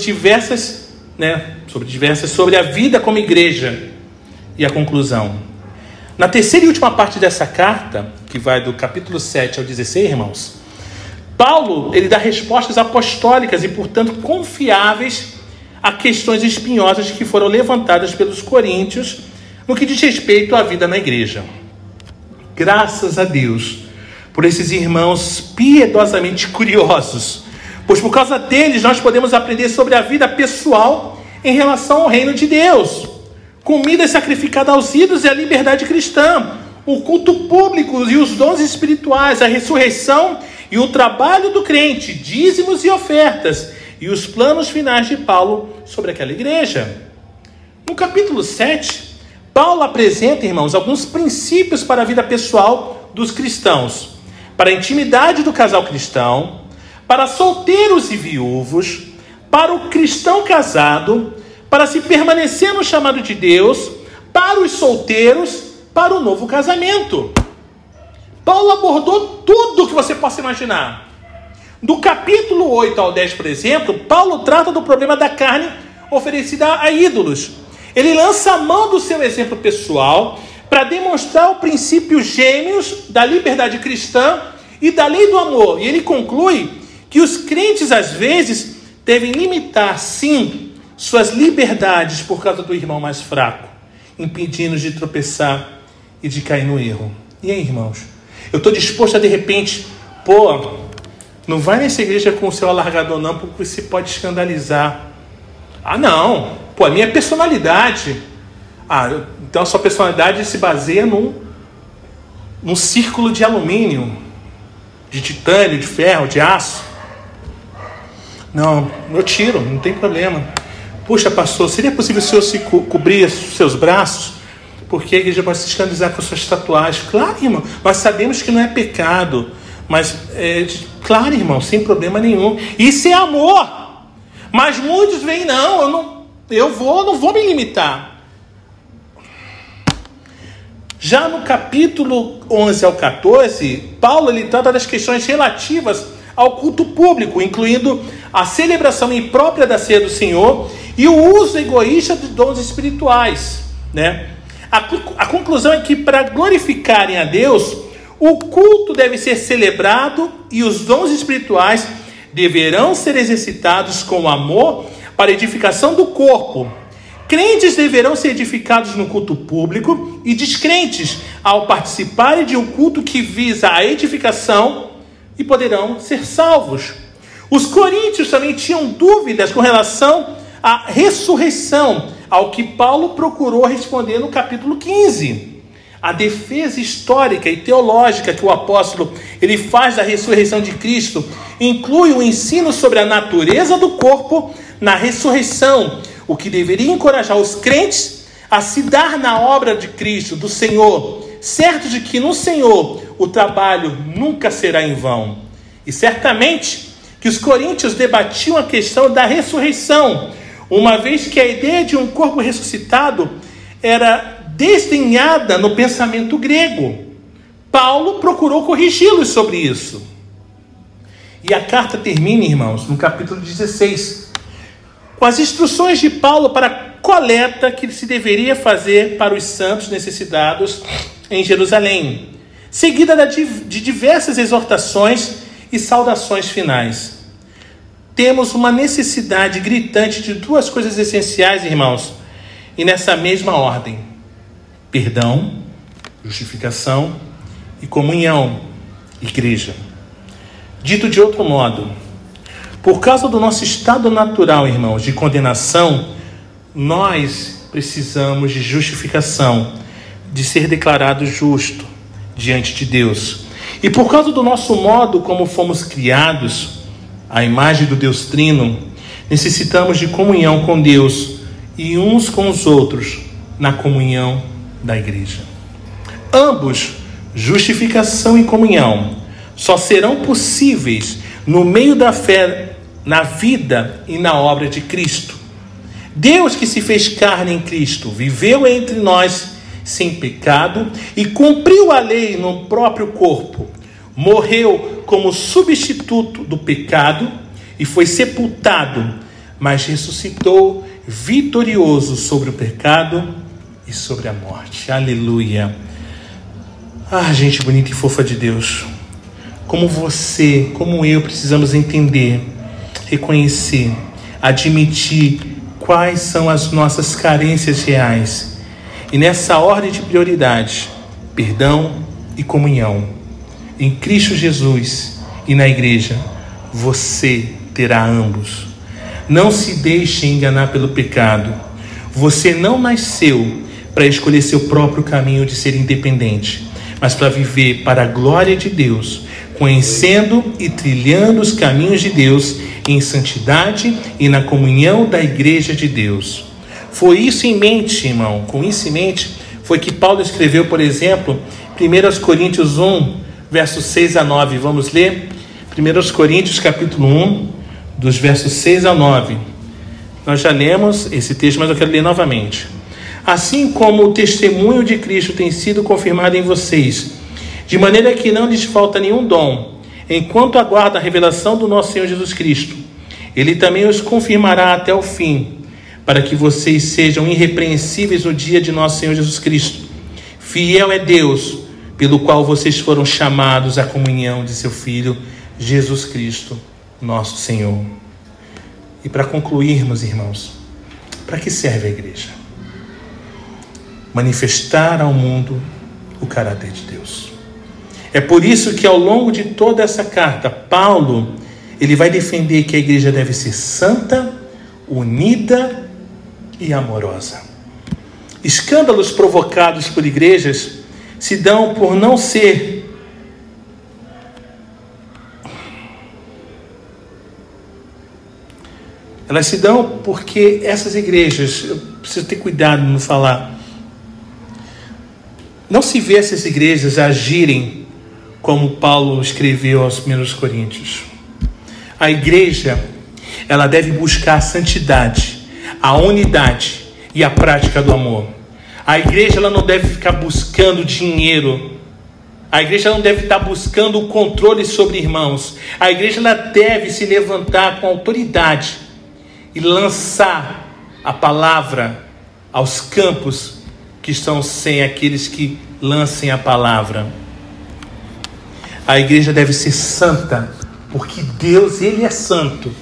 a vida como igreja. E a conclusão. Na terceira e última parte dessa carta, que vai do capítulo 7 ao 16, irmãos, Paulo ele dá respostas apostólicas e, portanto, confiáveis a questões espinhosas que foram levantadas pelos coríntios no que diz respeito à vida na igreja. Graças a Deus por esses irmãos piedosamente curiosos, pois por causa deles nós podemos aprender sobre a vida pessoal em relação ao reino de Deus, comida sacrificada aos ídolos e a liberdade cristã, o culto público e os dons espirituais, a ressurreição e o trabalho do crente, dízimos e ofertas, e os planos finais de Paulo sobre aquela igreja. No capítulo 7, Paulo apresenta, irmãos, alguns princípios para a vida pessoal dos cristãos, para a intimidade do casal cristão, para solteiros e viúvos, para o cristão casado, para se permanecer no chamado de Deus, para os solteiros, para o novo casamento. Paulo abordou tudo o que você possa imaginar. Do capítulo 8 ao 10, por exemplo, Paulo trata do problema da carne oferecida a ídolos. Ele lança a mão do seu exemplo pessoal para demonstrar o princípio gêmeos da liberdade cristã e da lei do amor. E ele conclui que os crentes, às vezes, devem limitar, sim, suas liberdades por causa do irmão mais fraco, impedindo-os de tropeçar e de cair no erro. E aí, irmãos? Eu estou disposto a, de repente, Não vai nessa igreja com o seu alargador não, porque você pode escandalizar. Ah, não. Pô, a minha personalidade. Ah, então a sua personalidade se baseia num círculo de alumínio, de titânio, de ferro, de aço. Não, eu tiro, não tem problema. Puxa, pastor, seria possível o senhor se cobrir os seus braços? Porque a igreja pode se escandalizar com suas tatuagens. Claro, irmão, nós sabemos que não é pecado. Mas, claro, irmão, sem problema nenhum. Isso é amor. Mas muitos veem, não vou me limitar. Já no capítulo 11 ao 14, Paulo ele trata das questões relativas ao culto público, incluindo a celebração imprópria da ceia do Senhor e o uso egoísta dos dons espirituais, né? A conclusão é que para glorificarem a Deus, o culto deve ser celebrado e os dons espirituais deverão ser exercitados com amor para a edificação do corpo. Crentes deverão ser edificados no culto público e descrentes ao participarem de um culto que visa a edificação e poderão ser salvos. Os coríntios também tinham dúvidas com relação à ressurreição, ao que Paulo procurou responder no capítulo 15. A defesa histórica e teológica que o apóstolo ele faz da ressurreição de Cristo inclui o ensino sobre a natureza do corpo na ressurreição, o que deveria encorajar os crentes a se dar na obra de Cristo, do Senhor, certo de que no Senhor o trabalho nunca será em vão. E certamente que os coríntios debatiam a questão da ressurreição, uma vez que a ideia de um corpo ressuscitado era desdenhada no pensamento grego. Paulo procurou corrigi-los sobre isso. E a carta termina, irmãos, no capítulo 16, com as instruções de Paulo para a coleta que se deveria fazer para os santos necessitados em Jerusalém, seguida de diversas exortações e saudações finais. Temos uma necessidade gritante de duas coisas essenciais, irmãos, e nessa mesma ordem: perdão, justificação e comunhão, igreja. Dito de outro modo, por causa do nosso estado natural, irmãos, de condenação, nós precisamos de justificação, de ser declarado justo diante de Deus. E por causa do nosso modo como fomos criados, a imagem do Deus Trino, necessitamos de comunhão com Deus e uns com os outros na comunhão da igreja. Ambos, justificação e comunhão, só serão possíveis no meio da fé, na vida e na obra de Cristo. Deus que se fez carne em Cristo, viveu entre nós sem pecado e cumpriu a lei no próprio corpo, morreu como substituto do pecado e foi sepultado, mas ressuscitou vitorioso sobre o pecado e sobre a morte. Aleluia. Ah, gente bonita e fofa de Deus, como você, como eu, precisamos entender, reconhecer, admitir quais são as nossas carências reais. E nessa ordem de prioridade, perdão e comunhão. Em Cristo Jesus e na igreja, você terá ambos. Não se deixe enganar pelo pecado. Você não nasceu para escolher seu próprio caminho de ser independente, mas para viver para a glória de Deus, conhecendo e trilhando os caminhos de Deus em santidade e na comunhão da igreja de Deus. Foi isso em mente, irmão, com isso em mente, foi que Paulo escreveu, por exemplo, 1 Coríntios 1, versos 6 a 9. Vamos ler 1 Coríntios capítulo 1, dos versos 6 a 9. Nós já lemos esse texto, mas eu quero ler novamente. Assim como o testemunho de Cristo tem sido confirmado em vocês, de maneira que não lhes falta nenhum dom, enquanto aguarda a revelação do nosso Senhor Jesus Cristo, Ele também os confirmará até o fim, para que vocês sejam irrepreensíveis no dia de nosso Senhor Jesus Cristo. Fiel é Deus, pelo qual vocês foram chamados à comunhão de seu Filho, Jesus Cristo, nosso Senhor. E para concluirmos, irmãos, para que serve a igreja? Manifestar ao mundo o caráter de Deus. É por isso que ao longo de toda essa carta, Paulo ele vai defender que a igreja deve ser santa, unida e amorosa. Escândalos provocados por igrejas se dão por não ser elas se dão porque essas igrejas, eu preciso ter cuidado no falar, não se vê essas igrejas agirem como Paulo escreveu aos 1 Coríntios. A igreja, ela deve buscar a santidade, a unidade e a prática do amor. A igreja, ela não deve ficar buscando dinheiro. A igreja não deve estar buscando o controle sobre irmãos. A igreja, ela deve se levantar com autoridade e lançar a palavra aos campos que estão sem aqueles que lancem a palavra. A igreja deve ser santa, porque Deus, Ele é santo.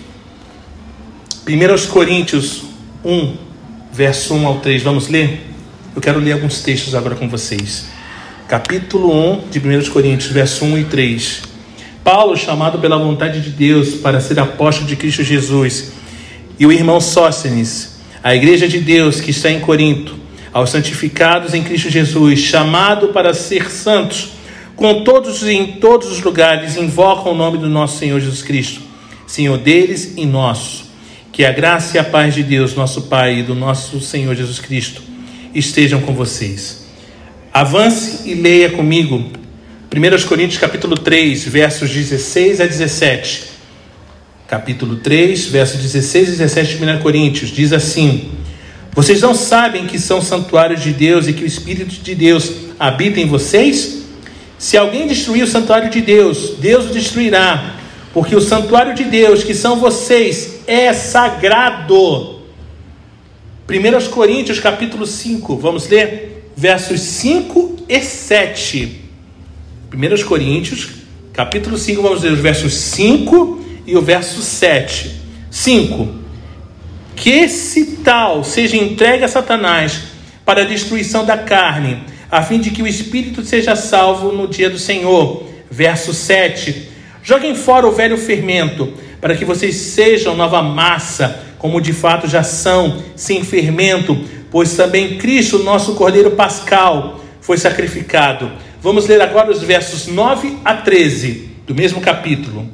1 Coríntios 1, verso 1 ao 3, vamos ler? Eu quero ler alguns textos agora com vocês. Capítulo 1 de 1 Coríntios, verso 1 e 3. Paulo, chamado pela vontade de Deus para ser apóstolo de Cristo Jesus, e o irmão Sóstenes, a igreja de Deus que está em Corinto, aos santificados em Cristo Jesus, chamado para ser santos, com todos e em todos os lugares invocam o nome do nosso Senhor Jesus Cristo, Senhor deles e nosso. Que a graça e a paz de Deus, nosso Pai, e do nosso Senhor Jesus Cristo estejam com vocês. Avance e leia comigo 1 Coríntios capítulo 3, versos 16 a 17. Capítulo 3, versos 16 e 17 de 1 Coríntios, diz assim: vocês não sabem que são santuários de Deus e que o Espírito de Deus habita em vocês? Se alguém destruir o santuário de Deus, Deus o destruirá, porque o santuário de Deus, que são vocês, é sagrado. 1 Coríntios capítulo 5, vamos ler versos 5 e 7. 1 Coríntios capítulo 5, vamos ler os versos 5 e o verso 7. 5. Que esse tal seja entregue a Satanás para a destruição da carne, a fim de que o espírito seja salvo no dia do Senhor. Verso 7. Joguem fora o velho fermento, para que vocês sejam nova massa, como de fato já são, sem fermento, pois também Cristo, nosso Cordeiro Pascal, foi sacrificado. Vamos ler agora os versos 9 a 13, do mesmo capítulo.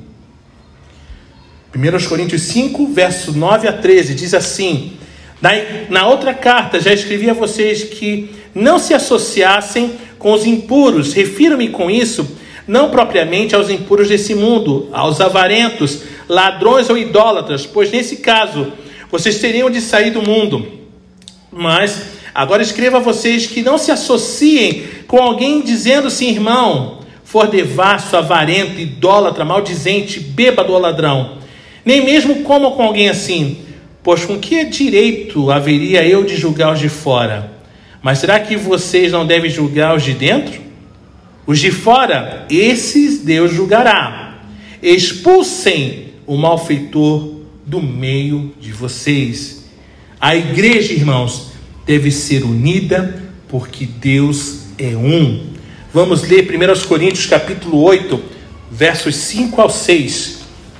1 Coríntios 5, verso 9 a 13, diz assim: na outra carta já escrevi a vocês que não se associassem com os impuros. Refiro-me com isso não propriamente aos impuros desse mundo, aos avarentos, ladrões ou idólatras, pois nesse caso vocês teriam de sair do mundo. Mas agora escrevo a vocês que não se associem com alguém dizendo-se irmão, for devasso, avarento, idólatra, maldizente, bêbado ou ladrão. Nem mesmo comam com alguém assim, pois com que direito haveria eu de julgar os de fora? Mas será que vocês não devem julgar os de dentro? Os de fora, esses Deus julgará. Expulsem o malfeitor do meio de vocês. A igreja, irmãos, deve ser unida, porque Deus é um. Vamos ler 1 Coríntios capítulo 8, versos 5 ao 6.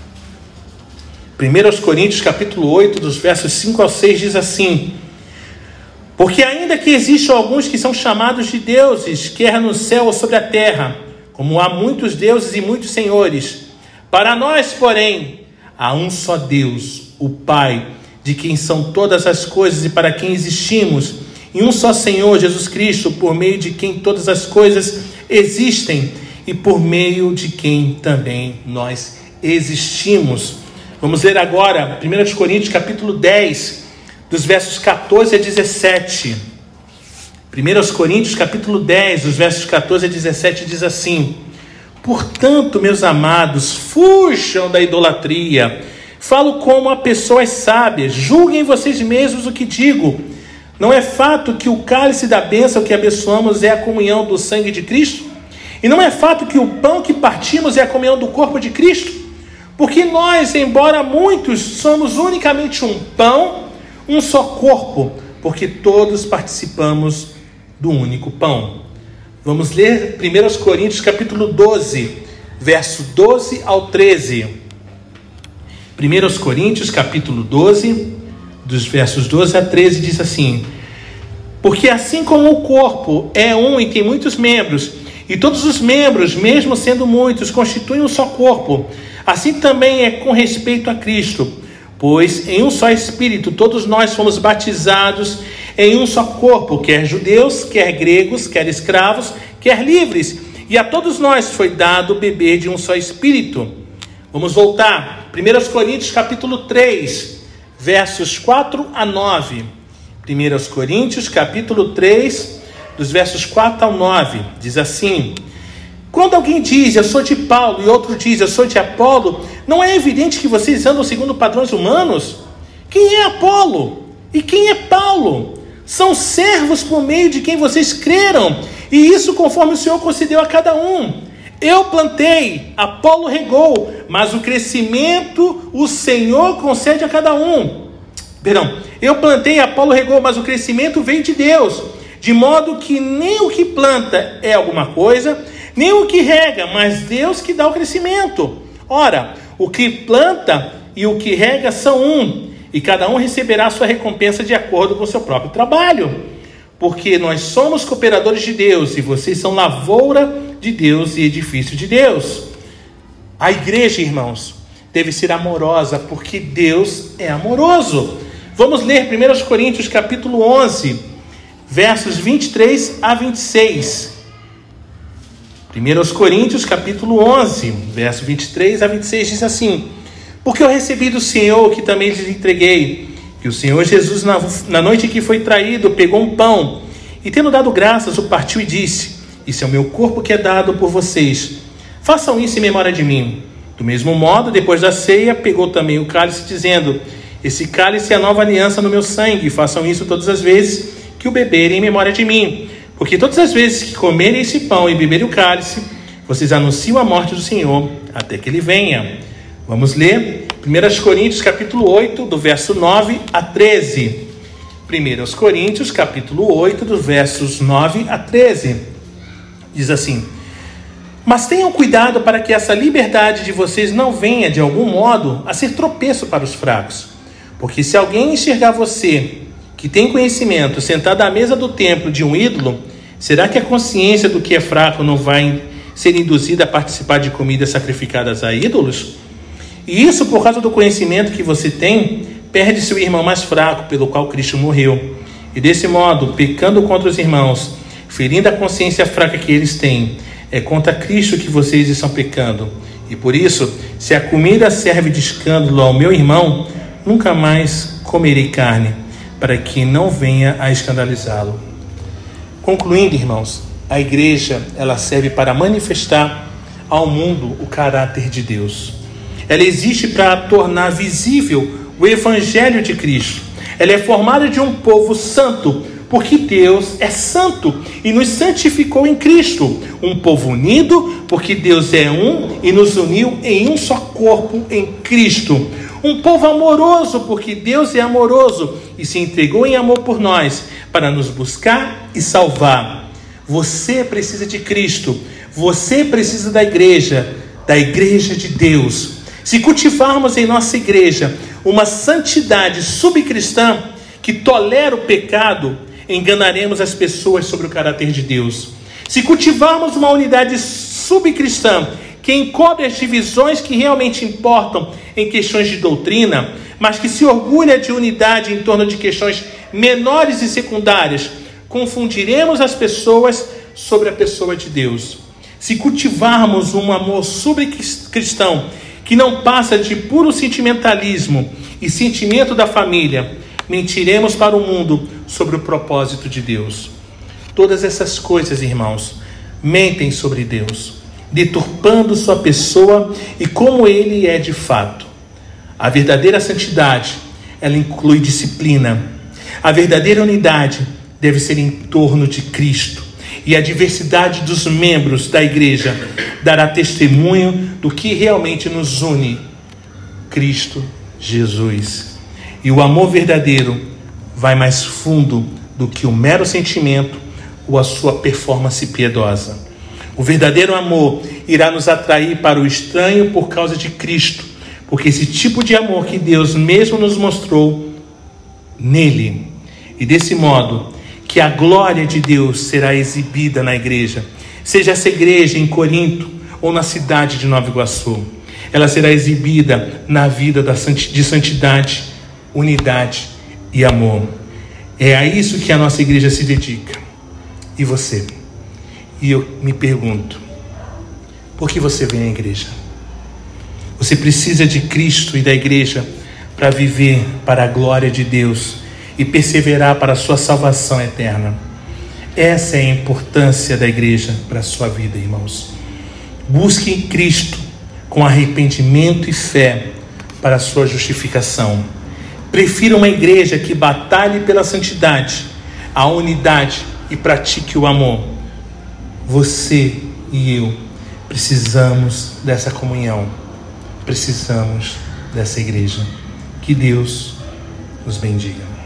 1 Coríntios capítulo 8, dos versos 5 ao 6, diz assim: porque ainda que existam alguns que são chamados de deuses, quer no céu ou sobre a terra, como há muitos deuses e muitos senhores, para nós, porém, há um só Deus, o Pai, de quem são todas as coisas e para quem existimos, e um só Senhor, Jesus Cristo, por meio de quem todas as coisas existem e por meio de quem também nós existimos. Vamos ler agora 1 Coríntios capítulo 10, dos versos 14 a 17. 1 Coríntios capítulo 10, dos versos 14 a 17, diz assim: portanto, meus amados, fujam da idolatria. Falo como a pessoas sábias, julguem vocês mesmos o que digo. Não é fato que o cálice da bênção que abençoamos é a comunhão do sangue de Cristo? E não é fato que o pão que partimos é a comunhão do corpo de Cristo? Porque nós, embora muitos, somos unicamente um pão, um só corpo, porque todos participamos do único pão. Vamos ler 1 Coríntios capítulo 12, verso 12 ao 13. 1 Coríntios, capítulo 12, dos versos 12 a 13, diz assim: porque assim como o corpo é um e tem muitos membros, e todos os membros, mesmo sendo muitos, constituem um só corpo, assim também é com respeito a Cristo. Pois em um só Espírito todos nós fomos batizados em um só corpo, quer judeus, quer gregos, quer escravos, quer livres, e a todos nós foi dado beber de um só Espírito. Vamos voltar, 1 Coríntios capítulo 3, versos 4 a 9. 1 Coríntios capítulo 3, dos versos 4 ao 9, diz assim: quando alguém diz, eu sou de Paulo, e outro diz, eu sou de Apolo, não é evidente que vocês andam segundo padrões humanos? Quem é Apolo? E quem é Paulo? São servos por meio de quem vocês creram, e isso conforme o Senhor concedeu a cada um. Eu plantei, Apolo regou, mas o crescimento o Senhor concede a cada um. Eu plantei, Apolo regou, mas o crescimento veio de Deus, de modo que nem o que planta é alguma coisa, nem o que rega, mas Deus que dá o crescimento. Ora, o que planta e o que rega são um, e cada um receberá a sua recompensa de acordo com o seu próprio trabalho. Porque nós somos cooperadores de Deus, e vocês são lavoura de Deus e edifício de Deus. A igreja, irmãos, deve ser amorosa, porque Deus é amoroso. Vamos ler 1 Coríntios capítulo 11, versos 23 a 26. 1 Coríntios capítulo 11, verso 23 a 26 diz assim: porque eu recebi do Senhor que também lhes entreguei, que o Senhor Jesus na noite que foi traído pegou um pão, e tendo dado graças o partiu e disse: isso é o meu corpo que é dado por vocês, façam isso em memória de mim. Do mesmo modo, depois da ceia, pegou também o cálice, dizendo: esse cálice é a nova aliança no meu sangue, façam isso todas as vezes que o beberem em memória de mim. Porque todas as vezes que comerem esse pão e beberem o cálice, vocês anunciam a morte do Senhor, até que ele venha. Vamos ler 1 Coríntios capítulo 8, do verso 9 a 13. 1 Coríntios capítulo 8, dos versos 9 a 13. Diz assim: mas tenham cuidado para que essa liberdade de vocês não venha, de algum modo, a ser tropeço para os fracos. Porque se alguém enxergar você, que tem conhecimento, sentado à mesa do templo de um ídolo, será que a consciência do que é fraco não vai ser induzida a participar de comidas sacrificadas a ídolos? E isso, por causa do conhecimento que você tem, perde-se o irmão mais fraco, pelo qual Cristo morreu. E desse modo, pecando contra os irmãos, ferindo a consciência fraca que eles têm, é contra Cristo que vocês estão pecando. E por isso, se a comida serve de escândalo ao meu irmão, nunca mais comerei carne, para que não venha a escandalizá-lo. Concluindo, irmãos, a igreja, ela serve para manifestar ao mundo o caráter de Deus. Ela existe para tornar visível o evangelho de Cristo. Ela é formada de um povo santo, porque Deus é santo e nos santificou em Cristo. Um povo unido, porque Deus é um e nos uniu em um só corpo em Cristo. Um povo amoroso, porque Deus é amoroso e se entregou em amor por nós, para nos buscar e salvar. Você precisa de Cristo, você precisa da igreja de Deus. Se cultivarmos em nossa igreja uma santidade subcristã que tolera o pecado, enganaremos as pessoas sobre o caráter de Deus. Se cultivarmos uma unidade subcristã que encobre as divisões que realmente importam em questões de doutrina, mas que se orgulha de unidade em torno de questões menores e secundárias, confundiremos as pessoas sobre a pessoa de Deus. Se cultivarmos um amor subcristão que não passa de puro sentimentalismo e sentimento da família, mentiremos para o mundo sobre o propósito de Deus. Todas essas coisas, irmãos, mentem sobre Deus, deturpando sua pessoa e como ele é de fato. A verdadeira santidade, ela inclui disciplina. A verdadeira unidade deve ser em torno de Cristo. E a diversidade dos membros da igreja dará testemunho do que realmente nos une: Cristo Jesus. E o amor verdadeiro vai mais fundo do que o mero sentimento ou a sua performance piedosa. O verdadeiro amor irá nos atrair para o estranho por causa de Cristo, Porque esse tipo de amor que Deus mesmo nos mostrou nele, e desse modo que a glória de Deus será exibida na igreja, seja essa igreja em Corinto ou na cidade de Nova Iguaçu, ela será exibida na vida de santidade, unidade e amor. É a isso que a nossa igreja se dedica. E você? E eu me pergunto, por que você vem à igreja? Você precisa de Cristo e da igreja para viver para a glória de Deus e perseverar para a sua salvação eterna. Essa é a importância da igreja para a sua vida, irmãos. Busque em Cristo com arrependimento e fé para a sua justificação. Prefira uma igreja que batalhe pela santidade, a unidade e pratique o amor. Você e eu precisamos dessa comunhão. Precisamos dessa igreja. Que Deus nos bendiga.